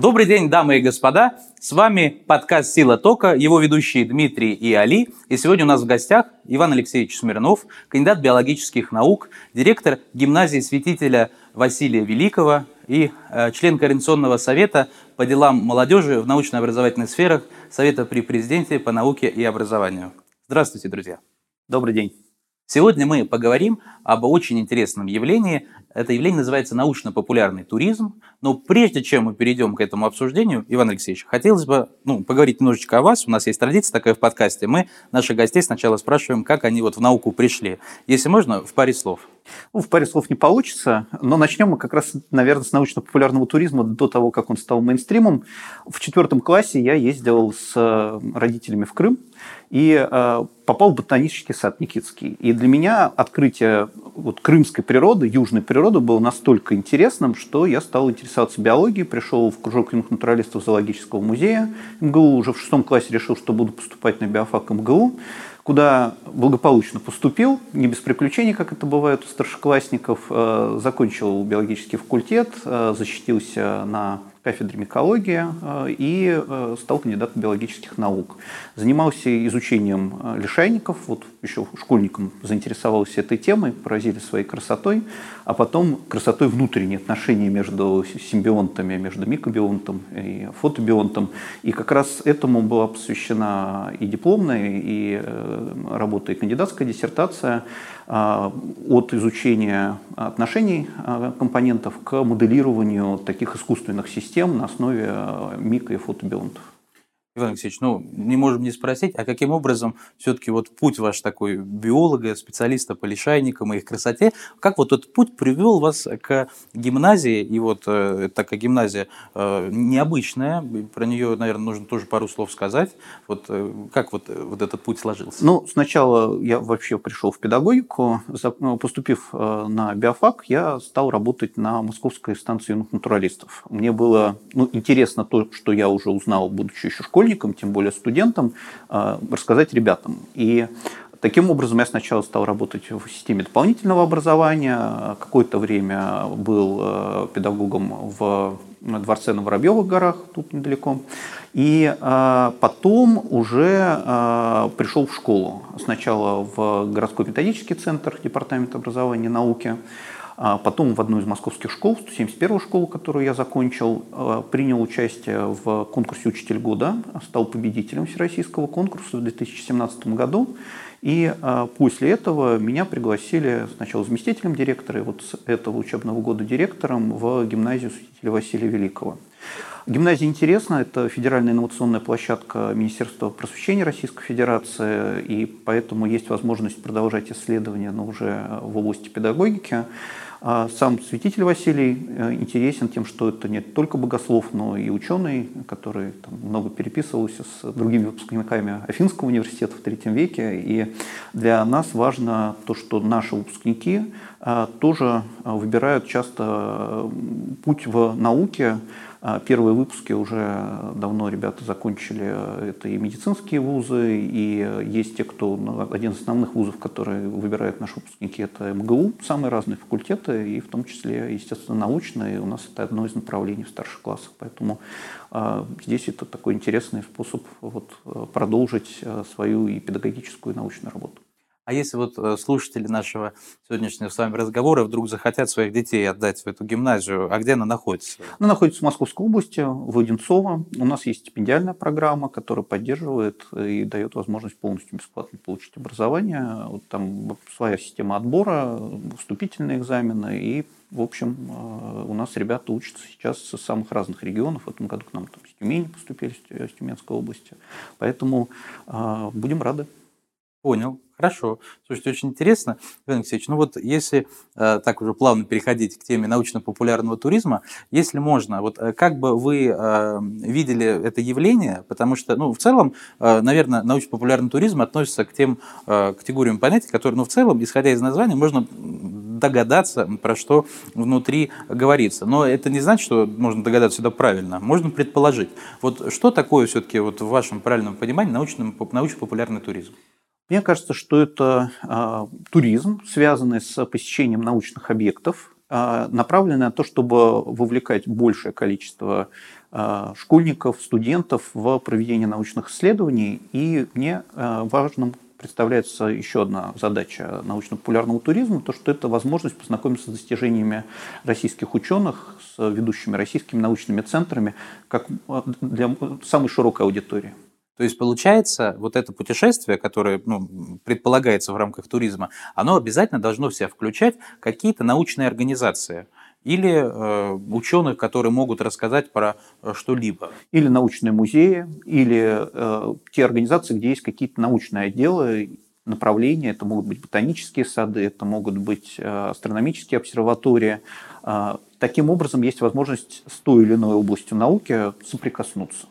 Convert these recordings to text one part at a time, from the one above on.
Добрый день, дамы и господа. С вами подкаст «Сила тока», его ведущие Дмитрий и Али. И сегодня у нас в гостях Иван Алексеевич Смирнов, кандидат биологических наук, директор гимназии святителя Василия Великого и член Координационного совета по делам молодежи в научно-образовательных сферах Совета при президенте по науке и образованию. Здравствуйте, друзья. Добрый день. Сегодня мы поговорим об очень интересном явлении. Это явление называется научно-популярный туризм. Но прежде чем мы перейдем к этому обсуждению, Иван Алексеевич, хотелось бы поговорить немножечко о вас. У нас есть традиция такая в подкасте. Мы наших гостей сначала спрашиваем, как они в науку пришли. Если можно, в паре слов. В паре слов не получится, но начнем мы как раз, наверное, с научно-популярного туризма до того, как он стал мейнстримом. В 4 классе я ездил с родителями в Крым и попал в ботанический сад Никитский. И для меня открытие крымской природы, южной природы было настолько интересным, что я стал интересоваться биологией, пришел в кружок юных натуралистов зоологического музея МГУ, уже в 6 классе решил, что буду поступать на биофак МГУ, куда благополучно поступил, не без приключений, как это бывает у старшеклассников, закончил биологический факультет, защитился на кафедре микологии и стал кандидатом биологических наук. Занимался изучением лишайников, еще школьником заинтересовался этой темой, поразили своей красотой, а потом красотой внутренней отношений между симбионтами, между микробионтом и фотобионтом. И как раз этому была посвящена и дипломная, и работа, и кандидатская диссертация от изучения отношений компонентов к моделированию таких искусственных систем на основе микро- и фотобионтов. Иван Алексеевич, не можем не спросить, а каким образом все-таки путь ваш такой биолога, специалиста по лишайникам и их красоте, как этот путь привел вас к гимназии, и такая гимназия необычная, про нее, наверное, нужно тоже пару слов сказать, как этот путь сложился? Сначала я вообще пришел в педагогику, поступив на биофак, я стал работать на Московской станции юных натуралистов. Мне было интересно то, что я уже узнал, будучи еще школьником, тем более студентом, рассказать ребятам. И таким образом я сначала стал работать в системе дополнительного образования, какое-то время был педагогом в дворце на Воробьевых горах, тут недалеко. И потом уже пришел в школу. Сначала в городской методический центр, департамент образования и науки, потом в одну из московских школ, 171-ю школу, которую я закончил, принял участие в конкурсе «Учитель года», стал победителем всероссийского конкурса в 2017 году. И после этого меня пригласили сначала заместителем директора, и с этого учебного года директором в гимназию святителя Василия Великого. Гимназия интересна, это федеральная инновационная площадка Министерства просвещения Российской Федерации, и поэтому есть возможность продолжать исследования, но уже в области педагогики. Сам святитель Василий интересен тем, что это не только богослов, но и ученый, который много переписывался с другими выпускниками Афинского университета в III веке. И для нас важно то, что наши выпускники тоже выбирают часто путь в науке. Первые выпуски уже давно ребята закончили, это и медицинские вузы, и есть те, кто, один из основных вузов, которые выбирают наши выпускники, это МГУ, самые разные факультеты, и в том числе, естественно, научные, у нас это одно из направлений в старших классах, поэтому здесь это такой интересный способ продолжить свою и педагогическую, и научную работу. А если слушатели нашего сегодняшнего с вами разговора вдруг захотят своих детей отдать в эту гимназию, а где она находится? Она находится в Московской области, в Одинцово. У нас есть стипендиальная программа, которая поддерживает и дает возможность полностью бесплатно получить образование. Там своя система отбора, вступительные экзамены. И, в общем, у нас ребята учатся сейчас со самых разных регионов. В этом году к нам из Тюмени поступили, из Тюменской области. Поэтому будем рады. Понял. Хорошо. Слушайте, очень интересно, Иван Алексеевич. Если так уже плавно переходить к теме научно-популярного туризма, если можно, как бы вы видели это явление, потому что, в целом, наверное, научно-популярный туризм относится к тем категориям понятий, которые, в целом, исходя из названия, можно догадаться, про что внутри говорится. Но это не значит, что можно догадаться всегда правильно. Можно предположить. Что такое все-таки в вашем правильном понимании научно-популярный туризм? Мне кажется, что это туризм, связанный с посещением научных объектов, направленный на то, чтобы вовлекать большее количество школьников, студентов в проведении научных исследований. И мне важным представляется еще одна задача научно-популярного туризма, то, что это возможность познакомиться с достижениями российских ученых, с ведущими российскими научными центрами, как для самой широкой аудитории. То есть, получается, вот это путешествие, которое предполагается в рамках туризма, оно обязательно должно в себя включать какие-то научные организации или ученых, которые могут рассказать про что-либо. Или научные музеи, или те организации, где есть какие-то научные отделы, направления. Это могут быть ботанические сады, это могут быть астрономические обсерватории. Таким образом, есть возможность с той или иной областью науки соприкоснуться.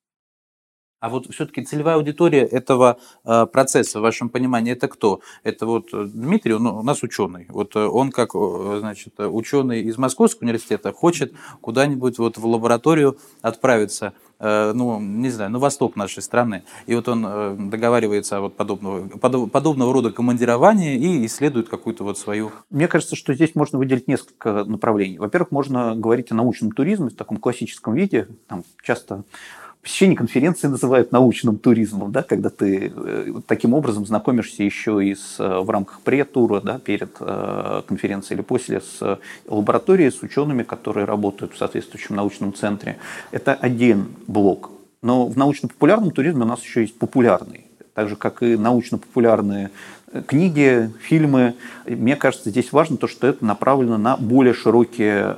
А вот все-таки целевая аудитория этого процесса, в вашем понимании, это кто? Это вот Дмитрий, у нас ученый. Вот он как, значит, ученый из Московского университета хочет куда-нибудь вот в лабораторию отправиться, не знаю, на восток нашей страны. И вот он договаривается о вот подобного рода командировании и исследует какую-то вот свою... Мне кажется, что здесь можно выделить несколько направлений. Во-первых, можно говорить о научном туризме в таком классическом виде. Там часто посещение конференции называют научным туризмом, да, когда ты таким образом знакомишься еще и в рамках пре-тура, да, перед конференцией или после, с лабораторией, с учеными, которые работают в соответствующем научном центре. Это отдельный блок. Но в научно-популярном туризме у нас еще есть популярный. Так же, как и научно-популярные книги, фильмы. Мне кажется, здесь важно то, что это направлено на более широкие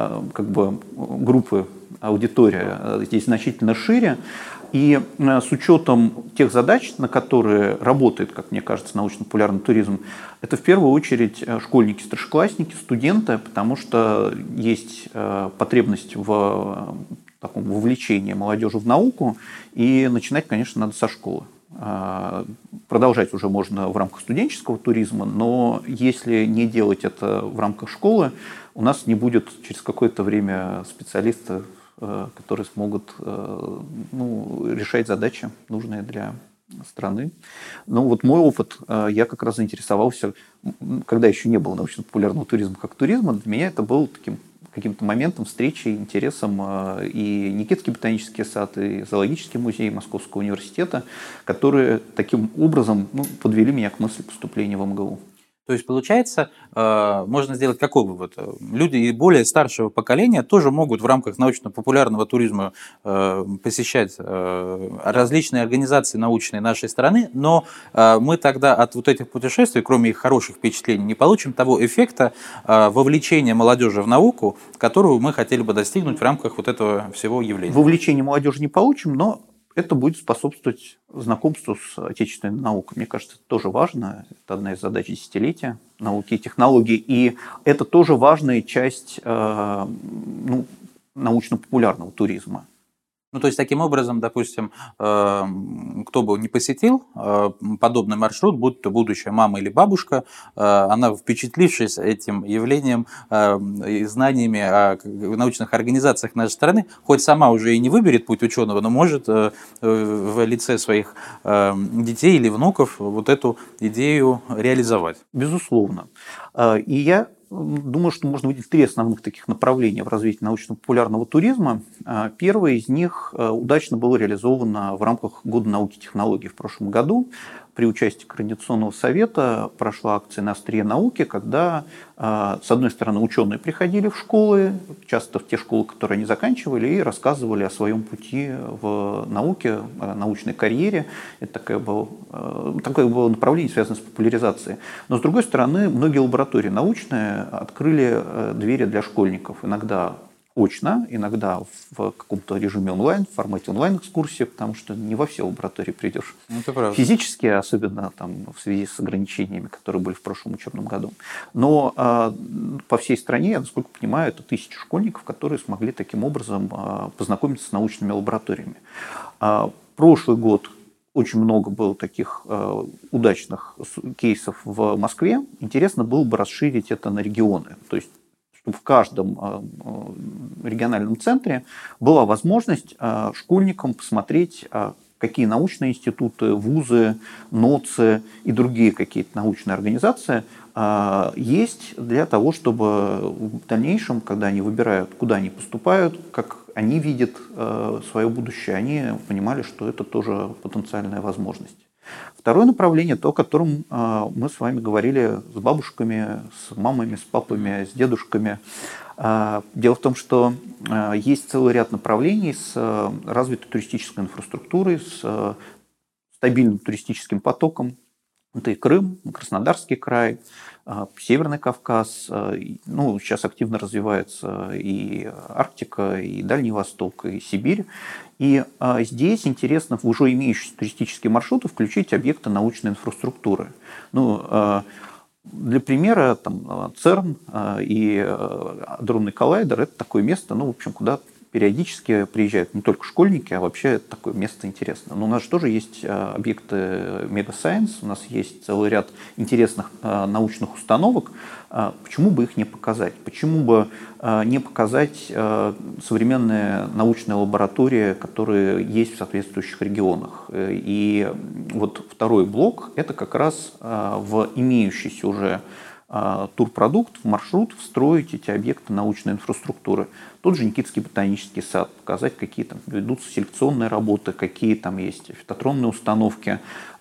группы. Аудитория здесь значительно шире. И с учетом тех задач, на которые работает, как мне кажется, научно-популярный туризм, это в первую очередь школьники, старшеклассники, студенты, потому что есть потребность в таком вовлечении молодежи в науку, и начинать, конечно, надо со школы. Продолжать уже можно в рамках студенческого туризма, но если не делать это в рамках школы, у нас не будет через какое-то время специалистов, которые смогут решать задачи, нужные для страны. Но вот мой опыт, я как раз заинтересовался, когда еще не было научно-популярного туризма как туризма, для меня это был таким каким-то моментом встречи, интересом и Никитский ботанический сад, и зоологический музей Московского университета, которые таким образом подвели меня к мысли поступления в МГУ. То есть, получается, можно сделать какой вывод? Люди и более старшего поколения тоже могут в рамках научно-популярного туризма посещать различные организации научные нашей страны, но мы тогда от вот этих путешествий, кроме их хороших впечатлений, не получим того эффекта вовлечения молодежи в науку, которую мы хотели бы достигнуть в рамках вот этого всего явления. Вовлечение молодежи не получим, но это будет способствовать знакомству с отечественной наукой. Мне кажется, это тоже важно. Это одна из задач десятилетия науки и технологий. И это тоже важная часть научно-популярного туризма. То есть, таким образом, допустим, кто бы не посетил подобный маршрут, будь то будущая мама или бабушка, она, впечатлившись этим явлением и знаниями о научных организациях нашей страны, хоть сама уже и не выберет путь ученого, но может в лице своих детей или внуков вот эту идею реализовать. Безусловно. И я думаю, что можно выделить 3 основных таких направления в развитии научно-популярного туризма. Первое из них удачно было реализовано в рамках Года науки и технологий в прошлом году. При участии Координационного совета прошла акция «На острие науки», когда, с одной стороны, ученые приходили в школы, часто в те школы, которые они заканчивали, и рассказывали о своем пути в науке, о научной карьере. Это такое было направление, связанное с популяризацией. Но, с другой стороны, многие лаборатории научные открыли двери для школьников. Иногда очно, иногда в каком-то режиме онлайн, в формате онлайн-экскурсии, потому что не во все лаборатории придешь. Это правда. Физически, особенно в связи с ограничениями, которые были в прошлом учебном году. Но по всей стране, я, насколько понимаю, это 1000 школьников, которые смогли таким образом познакомиться с научными лабораториями. Прошлый год очень много было таких удачных кейсов в Москве. Интересно было бы расширить это на регионы. То есть в каждом региональном центре была возможность школьникам посмотреть, какие научные институты, вузы, НОЦы и другие какие-то научные организации есть для того, чтобы в дальнейшем, когда они выбирают, куда они поступают, как они видят свое будущее, они понимали, что это тоже потенциальная возможность. Второе направление, то, о котором мы с вами говорили с бабушками, с мамами, с папами, с дедушками. Дело в том, что есть целый ряд направлений с развитой туристической инфраструктурой, с стабильным туристическим потоком. Это и Крым, и Краснодарский край, Северный Кавказ. Ну, сейчас активно развивается и Арктика, и Дальний Восток, и Сибирь. И здесь интересно в уже имеющиеся туристические маршруты включить объекты научной инфраструктуры. Ну, для примера, там, ЦЕРН и адронный коллайдер – это такое место, ну, в общем, куда периодически приезжают не только школьники, а вообще это такое место интересное. Но у нас же тоже есть объекты мега-сайенс, у нас есть целый ряд интересных научных установок. Почему бы их не показать? Почему бы не показать современные научные лаборатории, которые есть в соответствующих регионах? И вот второй блок – это как раз в имеющийся уже турпродукт, в маршрут встроить эти объекты научной инфраструктуры. Тот же Никитский ботанический сад, показать, какие там ведутся селекционные работы, какие там есть фитотронные установки,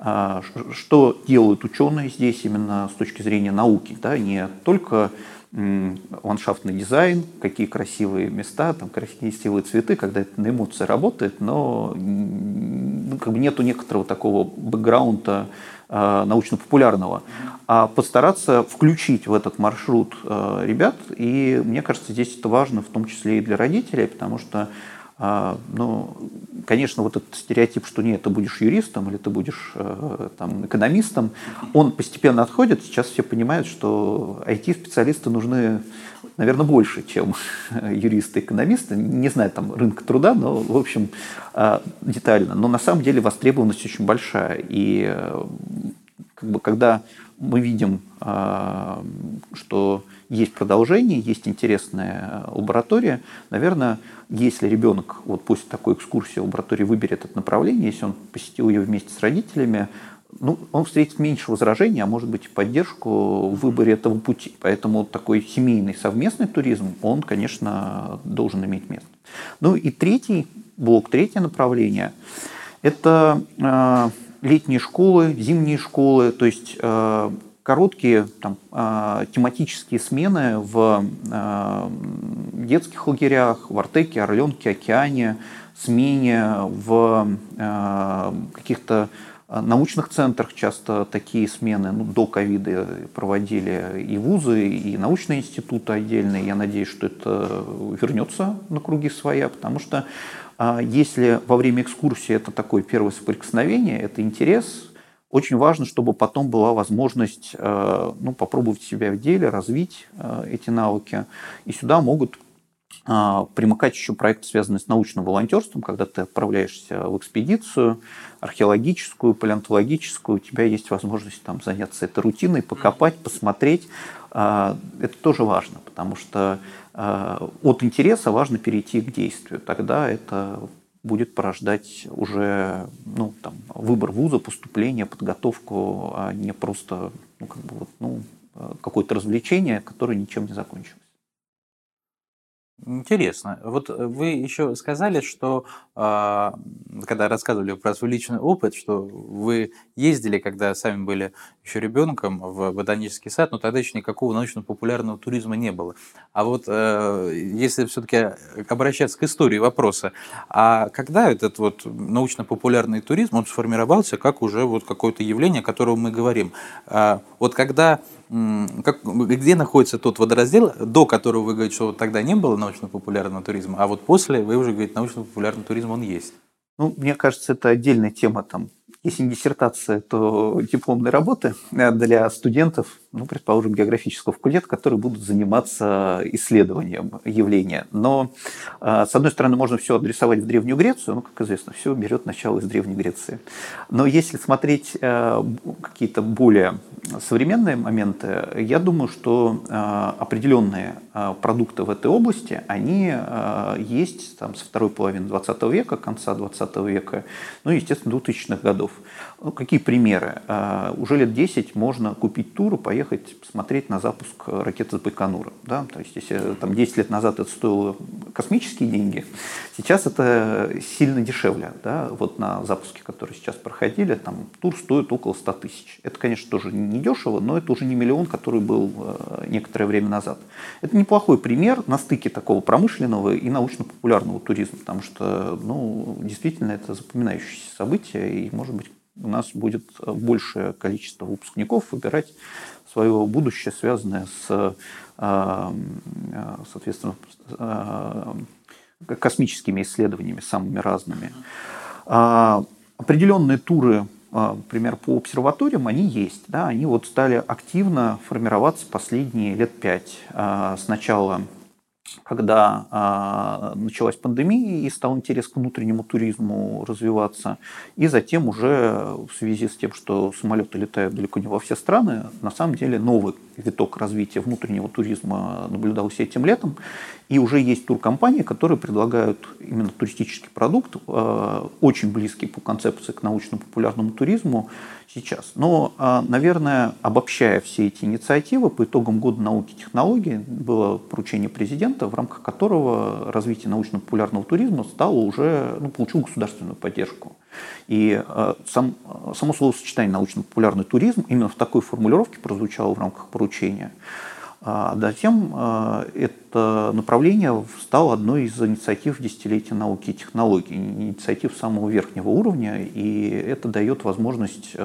что делают ученые здесь именно с точки зрения науки, да, не только ландшафтный дизайн, какие красивые места, там красивые цветы, когда это на эмоции работает, но как бы нету некоторого такого бэкграунда научно-популярного, а постараться включить в этот маршрут ребят. И мне кажется, здесь это важно, в том числе и для родителей, потому что, ну, конечно, вот этот стереотип, что нет, ты будешь юристом или ты будешь там, экономистом, он постепенно отходит. Сейчас все понимают, что IT-специалисты нужны, наверное, больше, чем юристы, экономисты. Не знаю, там, рынка труда, но, в общем, детально. Но на самом деле востребованность очень большая. И как бы, когда мы видим, что есть продолжение, есть интересная лаборатория, наверное, если ребенок вот после такой экскурсии в лаборатории выберет это направление, если он посетил ее вместе с родителями, ну, он встретит меньше возражений, а может быть и поддержку в выборе этого пути. Поэтому такой семейный совместный туризм, он, конечно, должен иметь место. Ну и третий блок, третье направление – это летние школы, зимние школы, то есть короткие там, тематические смены в детских лагерях, в Артеке, Орленке, Океане, смене в каких-то научных центрах. Часто такие смены до ковида проводили и вузы, и научные институты отдельные. Я надеюсь, что это вернется на круги своя, потому что если во время экскурсии это такое первое соприкосновение, это интерес, очень важно, чтобы потом была возможность попробовать себя в деле, развить эти навыки. И сюда могут примыкать еще проекты, связанные с научным волонтерством, когда ты отправляешься в экспедицию археологическую, палеонтологическую, у тебя есть возможность там заняться этой рутиной, покопать, посмотреть. Это тоже важно, потому что от интереса важно перейти к действию. Тогда это будет порождать уже выбор вуза, поступление, подготовку, а не просто какое-то развлечение, которое ничем не закончилось. Интересно. Вот вы еще сказали, что когда рассказывали про свой личный опыт, что вы ездили, когда сами были еще ребенком, в ботанический сад, но тогда еще никакого научно-популярного туризма не было. А вот если все-таки обращаться к истории вопроса, а когда этот вот научно-популярный туризм, он сформировался как уже вот какое-то явление, о котором мы говорим? Вот когда... Где находится тот водораздел, до которого вы говорите, что вот тогда не было научно-популярного туризма, а вот после вы уже говорите, научно-популярный туризм он есть? Мне кажется, это отдельная тема. Там, если не диссертация, то дипломные работы для студентов, предположим, географического факультета, которые будут заниматься исследованием явления. Но, с одной стороны, можно все адресовать в Древнюю Грецию, как известно, все берет начало из Древней Греции. Но если смотреть какие-то более современные моменты, я думаю, что определенные продукты в этой области, они есть там, со второй половины 20 века, конца 20 века, ну и, естественно, 2000-х годов. Ну, какие примеры? Уже лет 10 можно купить тур и поехать посмотреть на запуск ракеты с Байконура. Да? То есть, если там, 10 лет назад это стоило космические деньги, сейчас это сильно дешевле. Да? Вот на запуске, которые сейчас проходили, там, тур стоит около 100 тысяч. Это, конечно, тоже не дешево, но это уже не миллион, который был некоторое время назад. Это неплохой пример на стыке такого промышленного и научно-популярного туризма, потому что ну, действительно это запоминающееся событие, и, может быть, у нас будет большее количество выпускников выбирать свое будущее, связанное с, соответственно, космическими исследованиями самыми разными. Определенные туры, например, по обсерваториям, они есть. Да, они вот стали активно формироваться последние лет 5. Сначала, когда началась пандемия и стал интерес к внутреннему туризму развиваться, и затем уже в связи с тем, что самолеты летают далеко не во все страны, на самом деле новый виток развития внутреннего туризма наблюдался этим летом, и уже есть туркомпании, которые предлагают именно туристический продукт, очень близкий по концепции к научно-популярному туризму сейчас. Но, наверное, обобщая все эти инициативы, по итогам года науки и технологий было поручение президента, в рамках которого развитие научно-популярного туризма стало уже, получило государственную поддержку. И само словосочетание научно-популярный туризм именно в такой формулировке прозвучало в рамках поручения. А затем это направление стало одной из инициатив десятилетия науки и технологий, инициатив самого верхнего уровня, и это дает возможность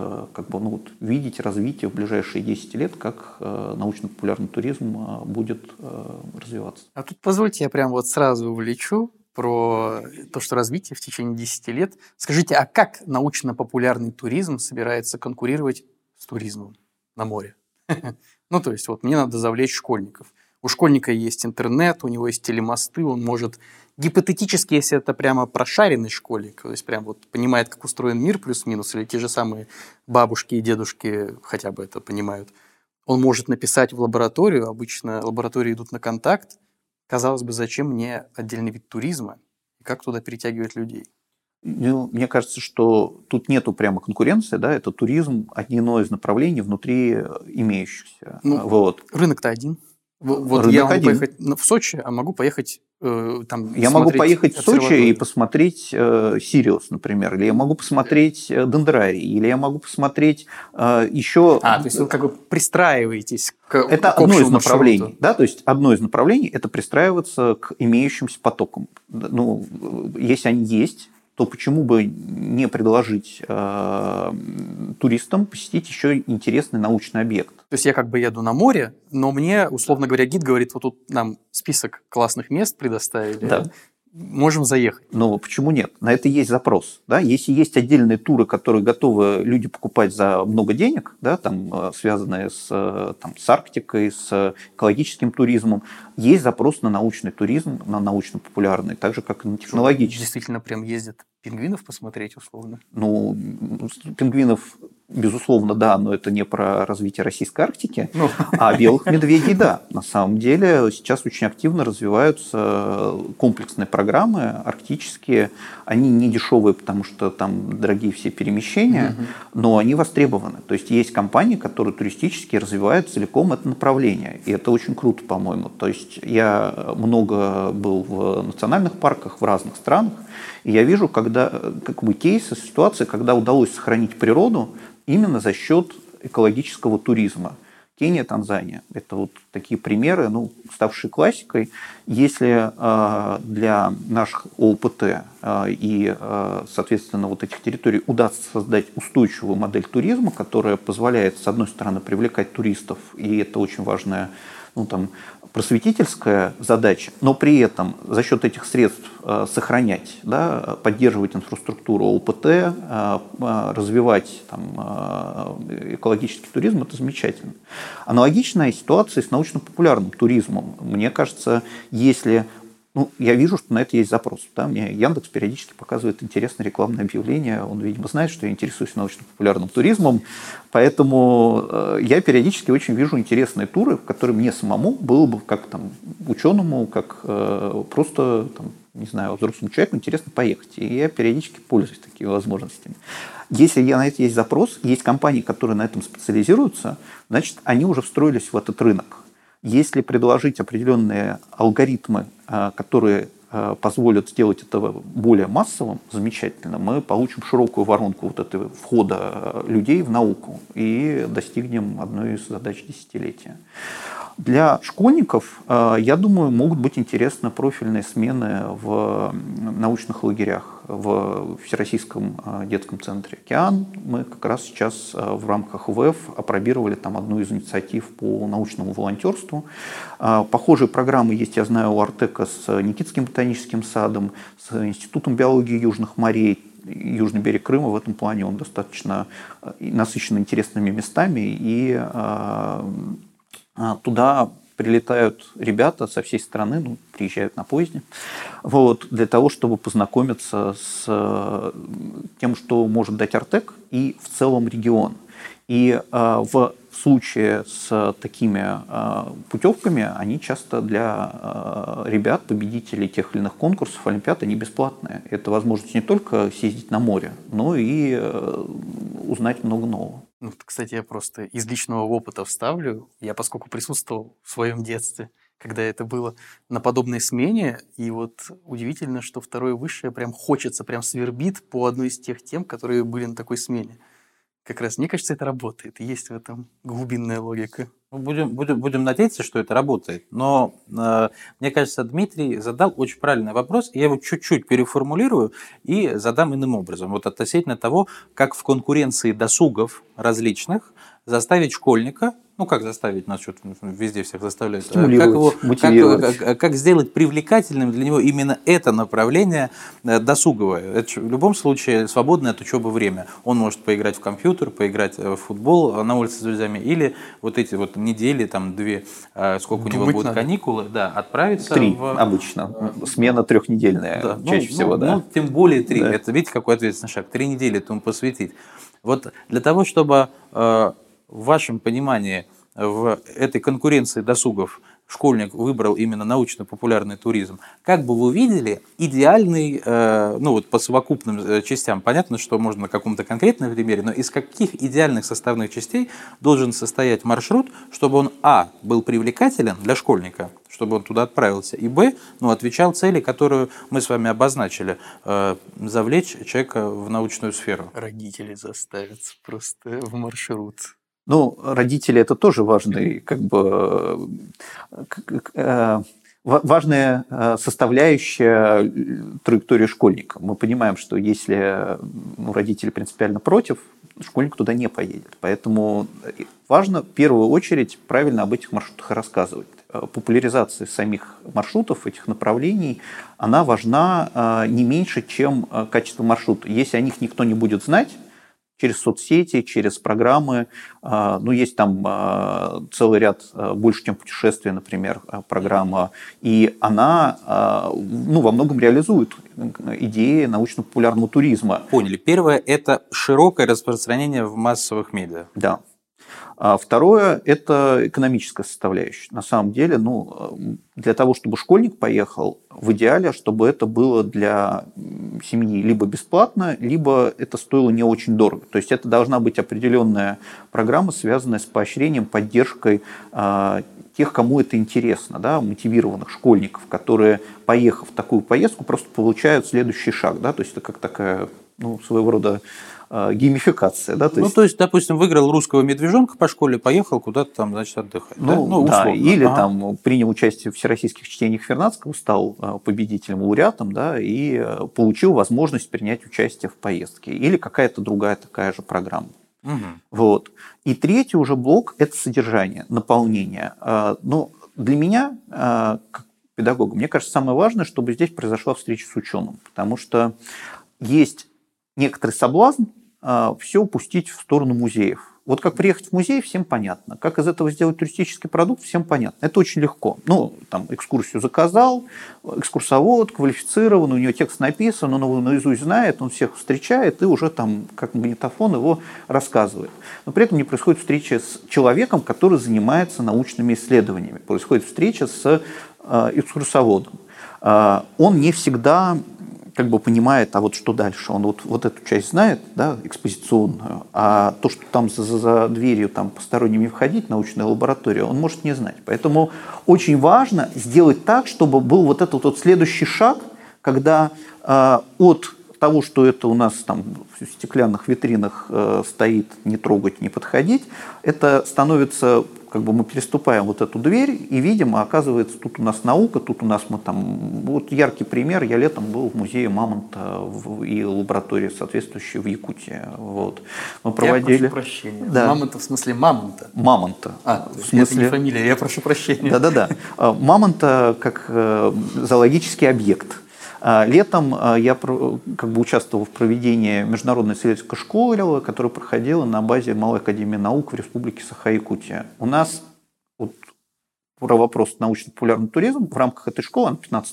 видеть развитие в ближайшие 10 лет, как научно-популярный туризм будет развиваться. А тут позвольте я прям вот сразу увлечу про то, что развитие в течение 10 лет. Скажите, а как научно-популярный туризм собирается конкурировать с туризмом на море? Ну, то есть, вот мне надо завлечь школьников. У школьника есть интернет, у него есть телемосты, он может гипотетически, если это прямо прошаренный школьник, то есть прям вот понимает, как устроен мир плюс-минус, или те же самые бабушки и дедушки хотя бы это понимают, он может написать в лабораторию, обычно лаборатории идут на контакт. Казалось бы, зачем мне отдельный вид туризма и как туда перетягивать людей? Мне кажется, что тут нету прямо конкуренции, да, это туризм одно из направлений внутри имеющихся. Рынок-то один. Вот рынок я могу один. Поехать в Сочи, а могу поехать там. Я могу поехать в Сочи и посмотреть Сириус, например, или я могу посмотреть Дендрарий, или я могу посмотреть еще. То есть вы как бы пристраиваетесь к это к одно из направлений, маршруту. да, то есть одно из направлений – это пристраиваться к имеющимся потокам. Ну, если они есть, то почему бы не предложить туристам посетить еще интересный научный объект? То есть я как бы еду на море, но мне, условно говоря, гид говорит, вот тут нам список классных мест предоставили, да. Можем заехать. Но почему нет? На это есть запрос. Да? Если есть отдельные туры, которые готовы люди покупать за много денег, да, там, связанные с Арктикой, с экологическим туризмом, есть запрос на научный туризм, на научно-популярный, так же, как и на технологический. Действительно, прям ездят пингвинов посмотреть, условно? Ну, пингвинов, безусловно, да, но это не про развитие российской Арктики, а белых медведей, да. На самом деле сейчас очень активно развиваются комплексные программы арктические. Они не дешевые, потому что там дорогие все перемещения, но они востребованы. То есть есть компании, которые туристически развивают целиком это направление. И это очень круто, по-моему. То есть я много был в национальных парках в разных странах, и я вижу, кейсы, ситуации, когда удалось сохранить природу именно за счет экологического туризма. Кения, Танзания – это вот такие примеры, ставшие классикой. Если для наших ООПТ и, соответственно, вот этих территорий удастся создать устойчивую модель туризма, которая позволяет, с одной стороны, привлекать туристов, и это очень важная просветительская задача, но при этом за счет этих средств сохранять, да, поддерживать инфраструктуру ОПТ, развивать экологический туризм, это замечательно. Аналогичная ситуация с научно-популярным туризмом. Мне кажется, если Ну, я вижу, что на это есть запрос. Да? Мне Яндекс периодически показывает интересные рекламные объявления. Он, видимо, знает, что я интересуюсь научно-популярным туризмом. Поэтому я периодически очень вижу интересные туры, в которые мне самому было бы, как там, ученому, как просто, там, не знаю, взрослому человеку интересно поехать. И я периодически пользуюсь такими возможностями. Если на это есть запрос, есть компании, которые на этом специализируются, значит, они уже встроились в этот рынок. Если предложить определенные алгоритмы, которые позволят сделать это более массовым, замечательно, мы получим широкую воронку вот этого входа людей в науку и достигнем одной из задач десятилетия. Для школьников, я думаю, могут быть интересны профильные смены в научных лагерях, в Всероссийском детском центре «Океан». Мы как раз сейчас в рамках ВЭФ апробировали там одну из инициатив по научному волонтерству. Похожие программы есть, я знаю, у Артека с Никитским ботаническим садом, с Институтом биологии южных морей. Южный берег Крыма в этом плане он достаточно насыщен интересными местами, и туда прилетают ребята со всей страны, ну, приезжают на поезде, вот, для того, чтобы познакомиться с тем, что может дать Артек и в целом регион. И в случае с такими путевками, они часто для ребят, победителей тех или иных конкурсов, олимпиад, они бесплатные. Это возможность не только съездить на море, но и узнать много нового. Ну, кстати, я просто из личного опыта вставлю. Я, поскольку присутствовал в своем детстве, когда это было на подобной смене, и вот удивительно, что второе высшее прям хочется, прям свербит по одной из тех тем, которые были на такой смене. Как раз, мне кажется, это работает. Есть в этом глубинная логика. Будем надеяться, что это работает. Но мне кажется, Дмитрий задал очень правильный вопрос. Я его чуть-чуть переформулирую и задам иным образом. Вот относительно того, как в конкуренции досугов различных заставить школьника, ну как заставить, нас что-то везде всех заставляют, как сделать привлекательным для него именно это направление досуговое. Это в любом случае свободное от учебы время. Он может поиграть в компьютер, поиграть в футбол на улице с друзьями, или вот эти вот недели, там 2, сколько у него будут каникулы, да, отправиться 3 обычно. Смена 3-недельная, да, чаще всего, да. Ну, тем более 3. Да. Это, видите, какой ответственный шаг. 3 недели этому посвятить. Вот для того, чтобы в вашем понимании в этой конкуренции досугов школьник выбрал именно научно-популярный туризм, как бы вы видели идеальный, ну вот по совокупным частям, понятно, что можно на каком-то конкретном примере, но из каких идеальных составных частей должен состоять маршрут, чтобы он, был привлекателен для школьника, чтобы он туда отправился, и отвечал цели, которую мы с вами обозначили, завлечь человека в научную сферу. Родители заставятся просто в маршрут. Ну, родители – это тоже важный, важная составляющая траектории школьника. Мы понимаем, что если родители принципиально против, школьник туда не поедет. Поэтому важно в первую очередь правильно об этих маршрутах рассказывать. Популяризация самих маршрутов, этих направлений, она важна не меньше, чем качество маршрута. Если о них никто не будет знать, через соцсети, через программы. Есть там целый ряд «Больше, чем путешествие», например, программа. И она во многом реализует идеи научно-популярного туризма. Поняли. Первое – это широкое распространение в массовых медиа. Да. А второе – это экономическая составляющая. На самом деле, для того, чтобы школьник поехал, в идеале, чтобы это было для семьи либо бесплатно, либо это стоило не очень дорого. То есть это должна быть определенная программа, связанная с поощрением, поддержкой тех, кому это интересно, да, мотивированных школьников, которые, поехав в такую поездку, просто получают следующий шаг. Да? То есть это как такая, своего рода геймификация. Да? То есть, допустим, выиграл русского медвежонка по школе, поехал куда-то там, значит, отдыхать. Или там принял участие в всероссийских чтениях Вернадского, стал победителем, лауреатом, да, и получил возможность принять участие в поездке. Или какая-то другая такая же программа. Угу. Вот. И третий уже блок – это содержание, наполнение. Но для меня, как педагога, мне кажется, самое важное, чтобы здесь произошла встреча с ученым, потому что есть некоторый соблазн все упустить в сторону музеев. Вот как приехать в музей, всем понятно. Как из этого сделать туристический продукт, всем понятно. Это очень легко. Ну, там, экскурсию заказал, экскурсовод квалифицирован, у него текст написан, он его наизусть знает, он всех встречает и уже там, как магнитофон, его рассказывает. Но при этом не происходит встреча с человеком, который занимается научными исследованиями. Происходит встреча с экскурсоводом. Он не всегда как бы понимает, а вот что дальше. Он вот эту часть знает, да, экспозиционную, а то, что там за дверью там, посторонним не входить, научная лаборатория, он может не знать. Поэтому очень важно сделать так, чтобы был вот этот вот следующий шаг, когда от того, что это у нас там в стеклянных витринах стоит, не трогать, не подходить, это становится, как бы мы переступаем вот эту дверь и видим, а оказывается, тут у нас наука, тут у нас мы там... Вот яркий пример, я летом был в музее Мамонта и лаборатории соответствующей в Якутии. Вот. Мы проводили... Я прошу прощения. Да. Мамонта в смысле мамонта? Мамонта. В смысле... это не фамилия, я прошу прощения. Да-да-да. Мамонта как зоологический объект. Летом я как бы участвовал в проведении международной исследовательской школы, которая проходила на базе Малой академии наук в Республике Саха-Якутия. У нас вот, про вопрос научно-популярный туризм в рамках этой школы,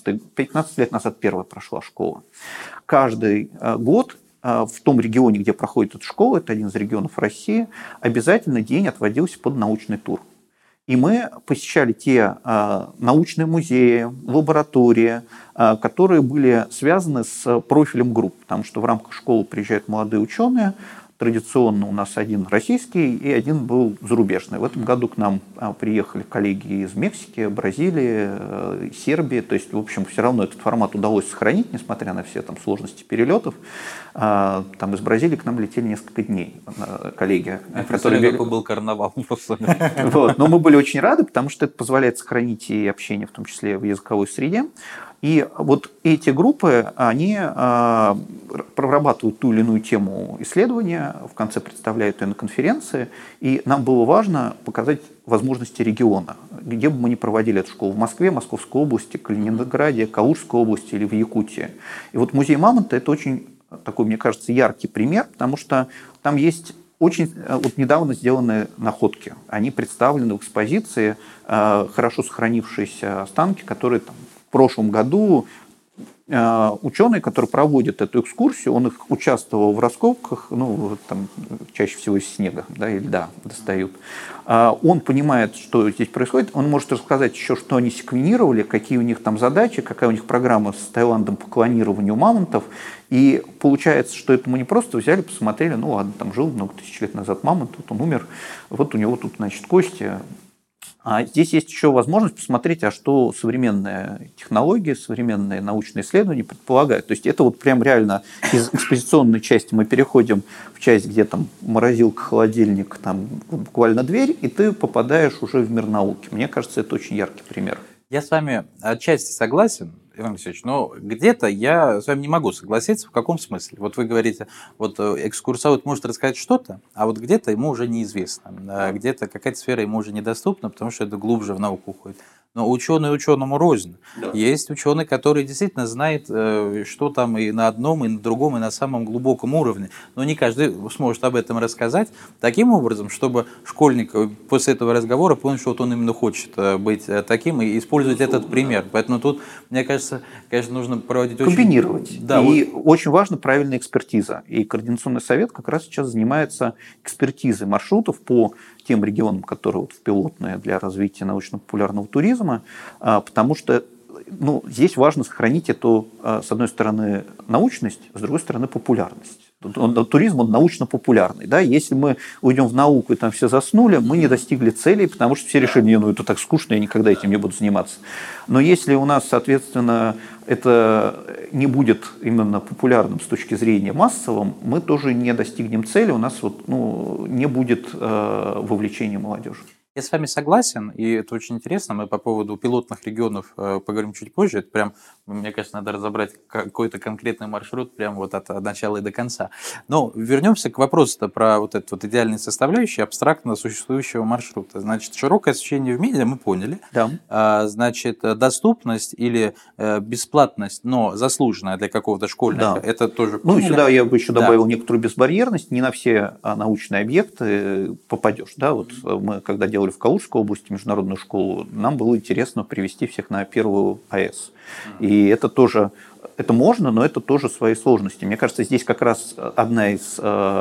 15 лет назад первая прошла школа. Каждый год в том регионе, где проходит эта школа, это один из регионов России, обязательно день отводился под научный тур. И мы посещали те научные музеи, лаборатории, которые были связаны с профилем групп, потому что в рамках школы приезжают молодые ученые. Традиционно у нас один российский и один был зарубежный. В этом году к нам приехали коллеги из Мексики, Бразилии, Сербии. То есть, в общем, все равно этот формат удалось сохранить, несмотря на все там сложности перелетов. Там из Бразилии к нам летели несколько дней коллеги. Которые... Какой был карнавал просто. Вот. Но мы были очень рады, потому что это позволяет сохранить и общение, в том числе в языковой среде. И вот эти группы, они прорабатывают ту или иную тему исследования, в конце представляют ее на конференции, и нам было важно показать возможности региона, где бы мы ни проводили эту школу, в Москве, Московской области, Калининграде, Калужской области или в Якутии. И вот музей Мамонта – это очень такой, мне кажется, яркий пример, потому что там есть очень вот недавно сделанные находки. Они представлены в экспозиции, хорошо сохранившиеся останки, которые там, в прошлом году ученый, который проводит эту экскурсию, он их участвовал в раскопках, ну, там, чаще всего из снега, да, и льда достают. Он понимает, что здесь происходит, он может рассказать еще, что они секвенировали, какие у них там задачи, какая у них программа с Таиландом по клонированию мамонтов. И получается, что это мы не просто взяли, посмотрели, ну ладно, там жил много тысяч лет назад мамонт, вот он умер, вот у него тут, значит, кости. А здесь есть еще возможность посмотреть, а что современные технологии, современные научные исследования предполагают. То есть это вот прям реально из экспозиционной части мы переходим в часть, где там морозилка, холодильник, там буквально дверь, и ты попадаешь уже в мир науки. Мне кажется, это очень яркий пример. Я с вами отчасти согласен, Иван Алексеевич, но где-то я с вами не могу согласиться. В каком смысле? Вот вы говорите, вот экскурсовод может рассказать что-то, а вот где-то ему уже неизвестно, где-то какая-то сфера ему уже недоступна, потому что это глубже в науку уходит. Но ученый ученому рознь. Да. Есть ученый, который действительно знает, что там и на одном, и на другом, и на самом глубоком уровне. Но не каждый сможет об этом рассказать таким образом, чтобы школьник после этого разговора понял, что вот он именно хочет быть таким и использовать этот пример. Поэтому тут, мне кажется, конечно, нужно проводить комбинировать. Да, и вот... очень важна правильная экспертиза. И Координационный совет как раз сейчас занимается экспертизой маршрутов по тем регионам, которые вот пилотные для развития научно-популярного туризма, потому что здесь важно сохранить эту, с одной стороны, научность, с другой стороны, популярность. Туризм, он научно-популярный. Да? Если мы уйдем в науку и там все заснули, мы не достигли целей, потому что все решили, это так скучно, я никогда этим не буду заниматься. Но если у нас, соответственно, это не будет именно популярным с точки зрения массовым, мы тоже не достигнем цели, у нас не будет вовлечения молодежи. Я с вами согласен, и это очень интересно. Мы по поводу пилотных регионов поговорим чуть позже. Это прям, мне кажется, надо разобрать какой-то конкретный маршрут прямо вот от начала и до конца. Но вернемся к вопросу про вот эту вот идеальную составляющую абстрактно существующего маршрута. Значит, широкое освещение в медиа мы поняли. Да. Значит, доступность или бесплатность, но заслуженная для какого-то школьника, Да. это тоже Ну, поняли. сюда я бы еще добавил некоторую безбарьерность. Не на все научные объекты попадешь. Да? Вот мы, когда делали в Калужской области международную школу, нам было интересно привести всех на первую АЭС. И это тоже, это можно, но это тоже свои сложности. Мне кажется, здесь как раз одно из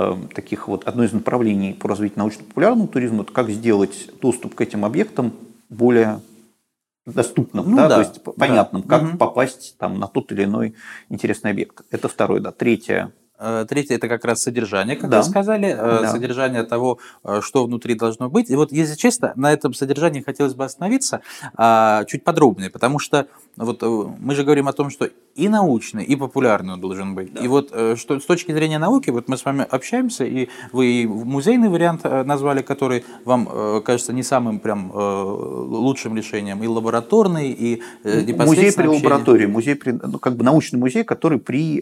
направлений по развитию научно-популярного туризма, это как сделать доступ к этим объектам более доступным, то есть понятным, как попасть там, на тот или иной интересный объект. Это второе, да. Третье, это как раз содержание, как вы сказали, содержание того, что внутри должно быть. И вот, если честно, на этом содержании хотелось бы остановиться чуть подробнее, потому что вот мы же говорим о том, что и научный, и популярный он должен быть. Да. И вот что, с точки зрения науки, вот мы с вами общаемся, и вы музейный вариант назвали, который вам кажется не самым прям лучшим решением, и лабораторный, и непосредственно музей при лаборатории, научный музей, который при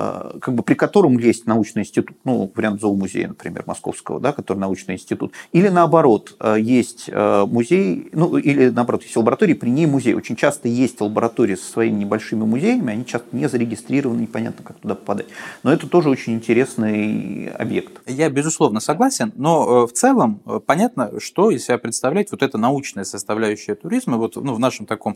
котором есть научный институт, вариант зоомузея, например, московского, да, который научный институт, или наоборот, есть музей, или наоборот, есть лаборатория, при ней музей. Очень часто есть лаборатории со своими небольшими музеями, они часто не зарегистрированы, непонятно, как туда попадать. Но это тоже очень интересный объект. Я, безусловно, согласен, но в целом понятно, что из себя представляет вот эта научная составляющая туризма вот, в нашем таком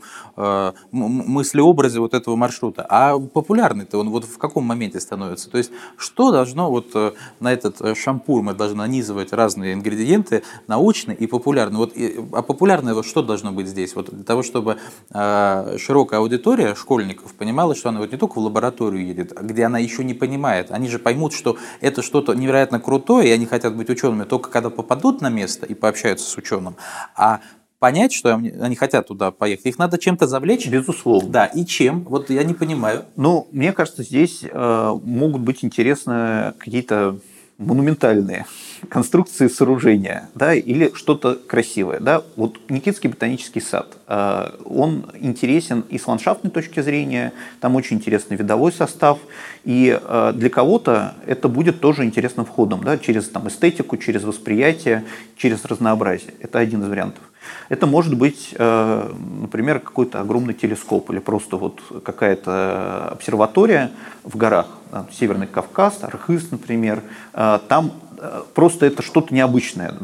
мыслеобразе вот этого маршрута. А популярный-то он вот в каком моменте становится? То есть что должно вот на этот шампур мы должны нанизывать разные ингредиенты, научные и популярные. Вот, а популярное вот что должно быть здесь? Вот для того, чтобы широкая аудитория школьников понимала, что она вот не только в лабораторию едет, а где она еще не понимает. Они же поймут, что это что-то невероятно крутое, и они хотят быть учеными только когда попадут на место и пообщаются с ученым. А понять, что они хотят туда поехать, их надо чем-то завлечь. Безусловно. Да, и чем? Вот я не понимаю. Мне кажется, здесь могут быть интересны какие-то монументальные конструкции сооружения, да, или что-то красивое. Да. Вот Никитский ботанический сад, он интересен и с ландшафтной точки зрения, там очень интересный видовой состав, и для кого-то это будет тоже интересным входом, да, через эстетику, через восприятие, через разнообразие. Это один из вариантов. Это может быть, например, какой-то огромный телескоп или просто вот какая-то обсерватория в горах, Северный Кавказ, Архыз, например. Там просто это что-то необычное.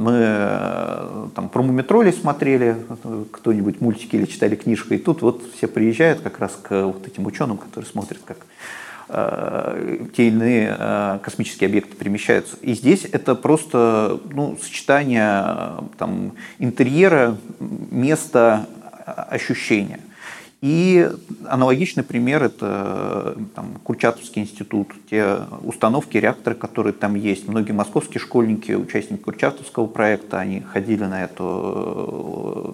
Мы там про мумитролей смотрели, кто-нибудь мультики или читали книжку, и тут вот все приезжают как раз к вот этим ученым, которые смотрят, как те или иные космические объекты перемещаются. И здесь это просто сочетание интерьера, места, ощущения. И аналогичный пример – это Курчатовский институт, те установки, реакторы, которые там есть. Многие московские школьники, участники Курчатовского проекта, они ходили на эту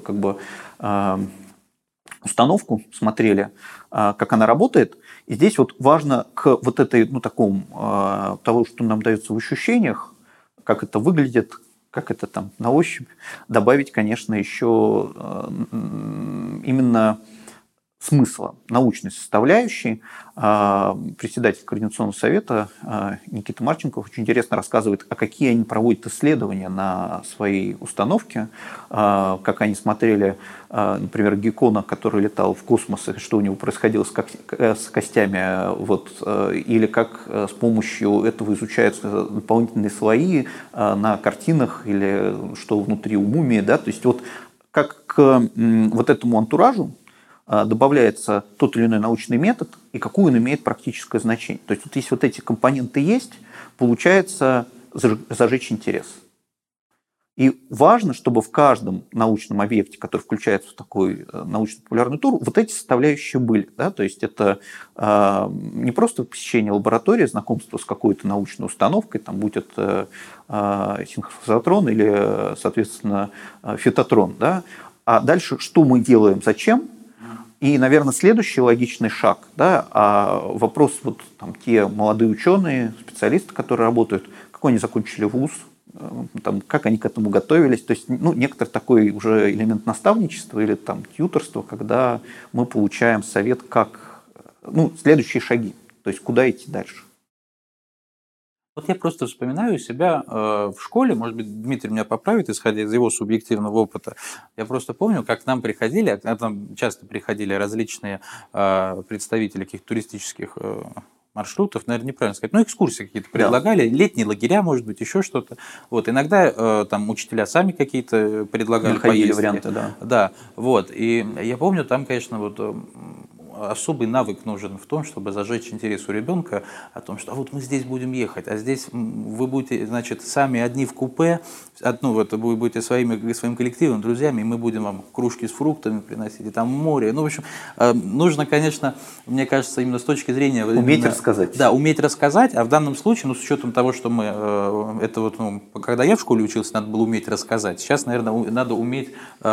установку, смотрели, как она работает. И здесь вот важно к вот этой, того, что нам дается в ощущениях, как это выглядит, как это там на ощупь, добавить, конечно, еще именно смысла, научной составляющей. Председатель Координационного совета Никита Марченков очень интересно рассказывает, какие они проводят исследования на своей установке, как они смотрели, например, Геккона, который летал в космос, и что у него происходило с костями, или как с помощью этого изучаются дополнительные слои на картинах, или что внутри у мумии. Да? То есть вот как к вот этому антуражу добавляется тот или иной научный метод и какую он имеет практическое значение. То есть вот если вот эти компоненты есть, получается зажечь интерес. И важно, чтобы в каждом научном объекте, который включается в такой научно-популярный тур, вот эти составляющие были. Да? То есть это не просто посещение лаборатории, знакомство с какой-то научной установкой, там будет синхрофазотрон или, соответственно, фитотрон. Да? А дальше что мы делаем, зачем? И, наверное, следующий логичный шаг, вопрос, те молодые ученые, специалисты, которые работают, какой они закончили вуз, там, как они к этому готовились. То есть, ну, некоторый такой уже элемент наставничества или там тьюторства, когда мы получаем совет, как, ну, следующие шаги, то есть куда идти дальше. Вот я просто вспоминаю себя в школе, может быть, Дмитрий меня поправит, исходя из его субъективного опыта. Я просто помню, как к нам приходили, а там часто приходили различные представители каких-то туристических маршрутов, наверное, неправильно сказать, но экскурсии какие-то предлагали, летние лагеря, может быть, еще что-то. Вот, иногда там учителя сами какие-то предлагали находили поездки. Варианты, да. Да, вот, и я помню, там, конечно, вот особый навык нужен в том, чтобы зажечь интерес у ребенка о том, что вот мы здесь будем ехать, а здесь вы будете, значит, сами одни в купе, вот вы будете своим коллективом, друзьями, и мы будем вам кружки с фруктами приносить, и там море. Ну, в общем, нужно, конечно, мне кажется, именно с точки зрения... Уметь рассказать. Да, уметь рассказать, а в данном случае, ну, с учетом того, что мы... Это вот, ну, когда я в школе учился, надо было уметь рассказать. Сейчас, наверное, надо уметь...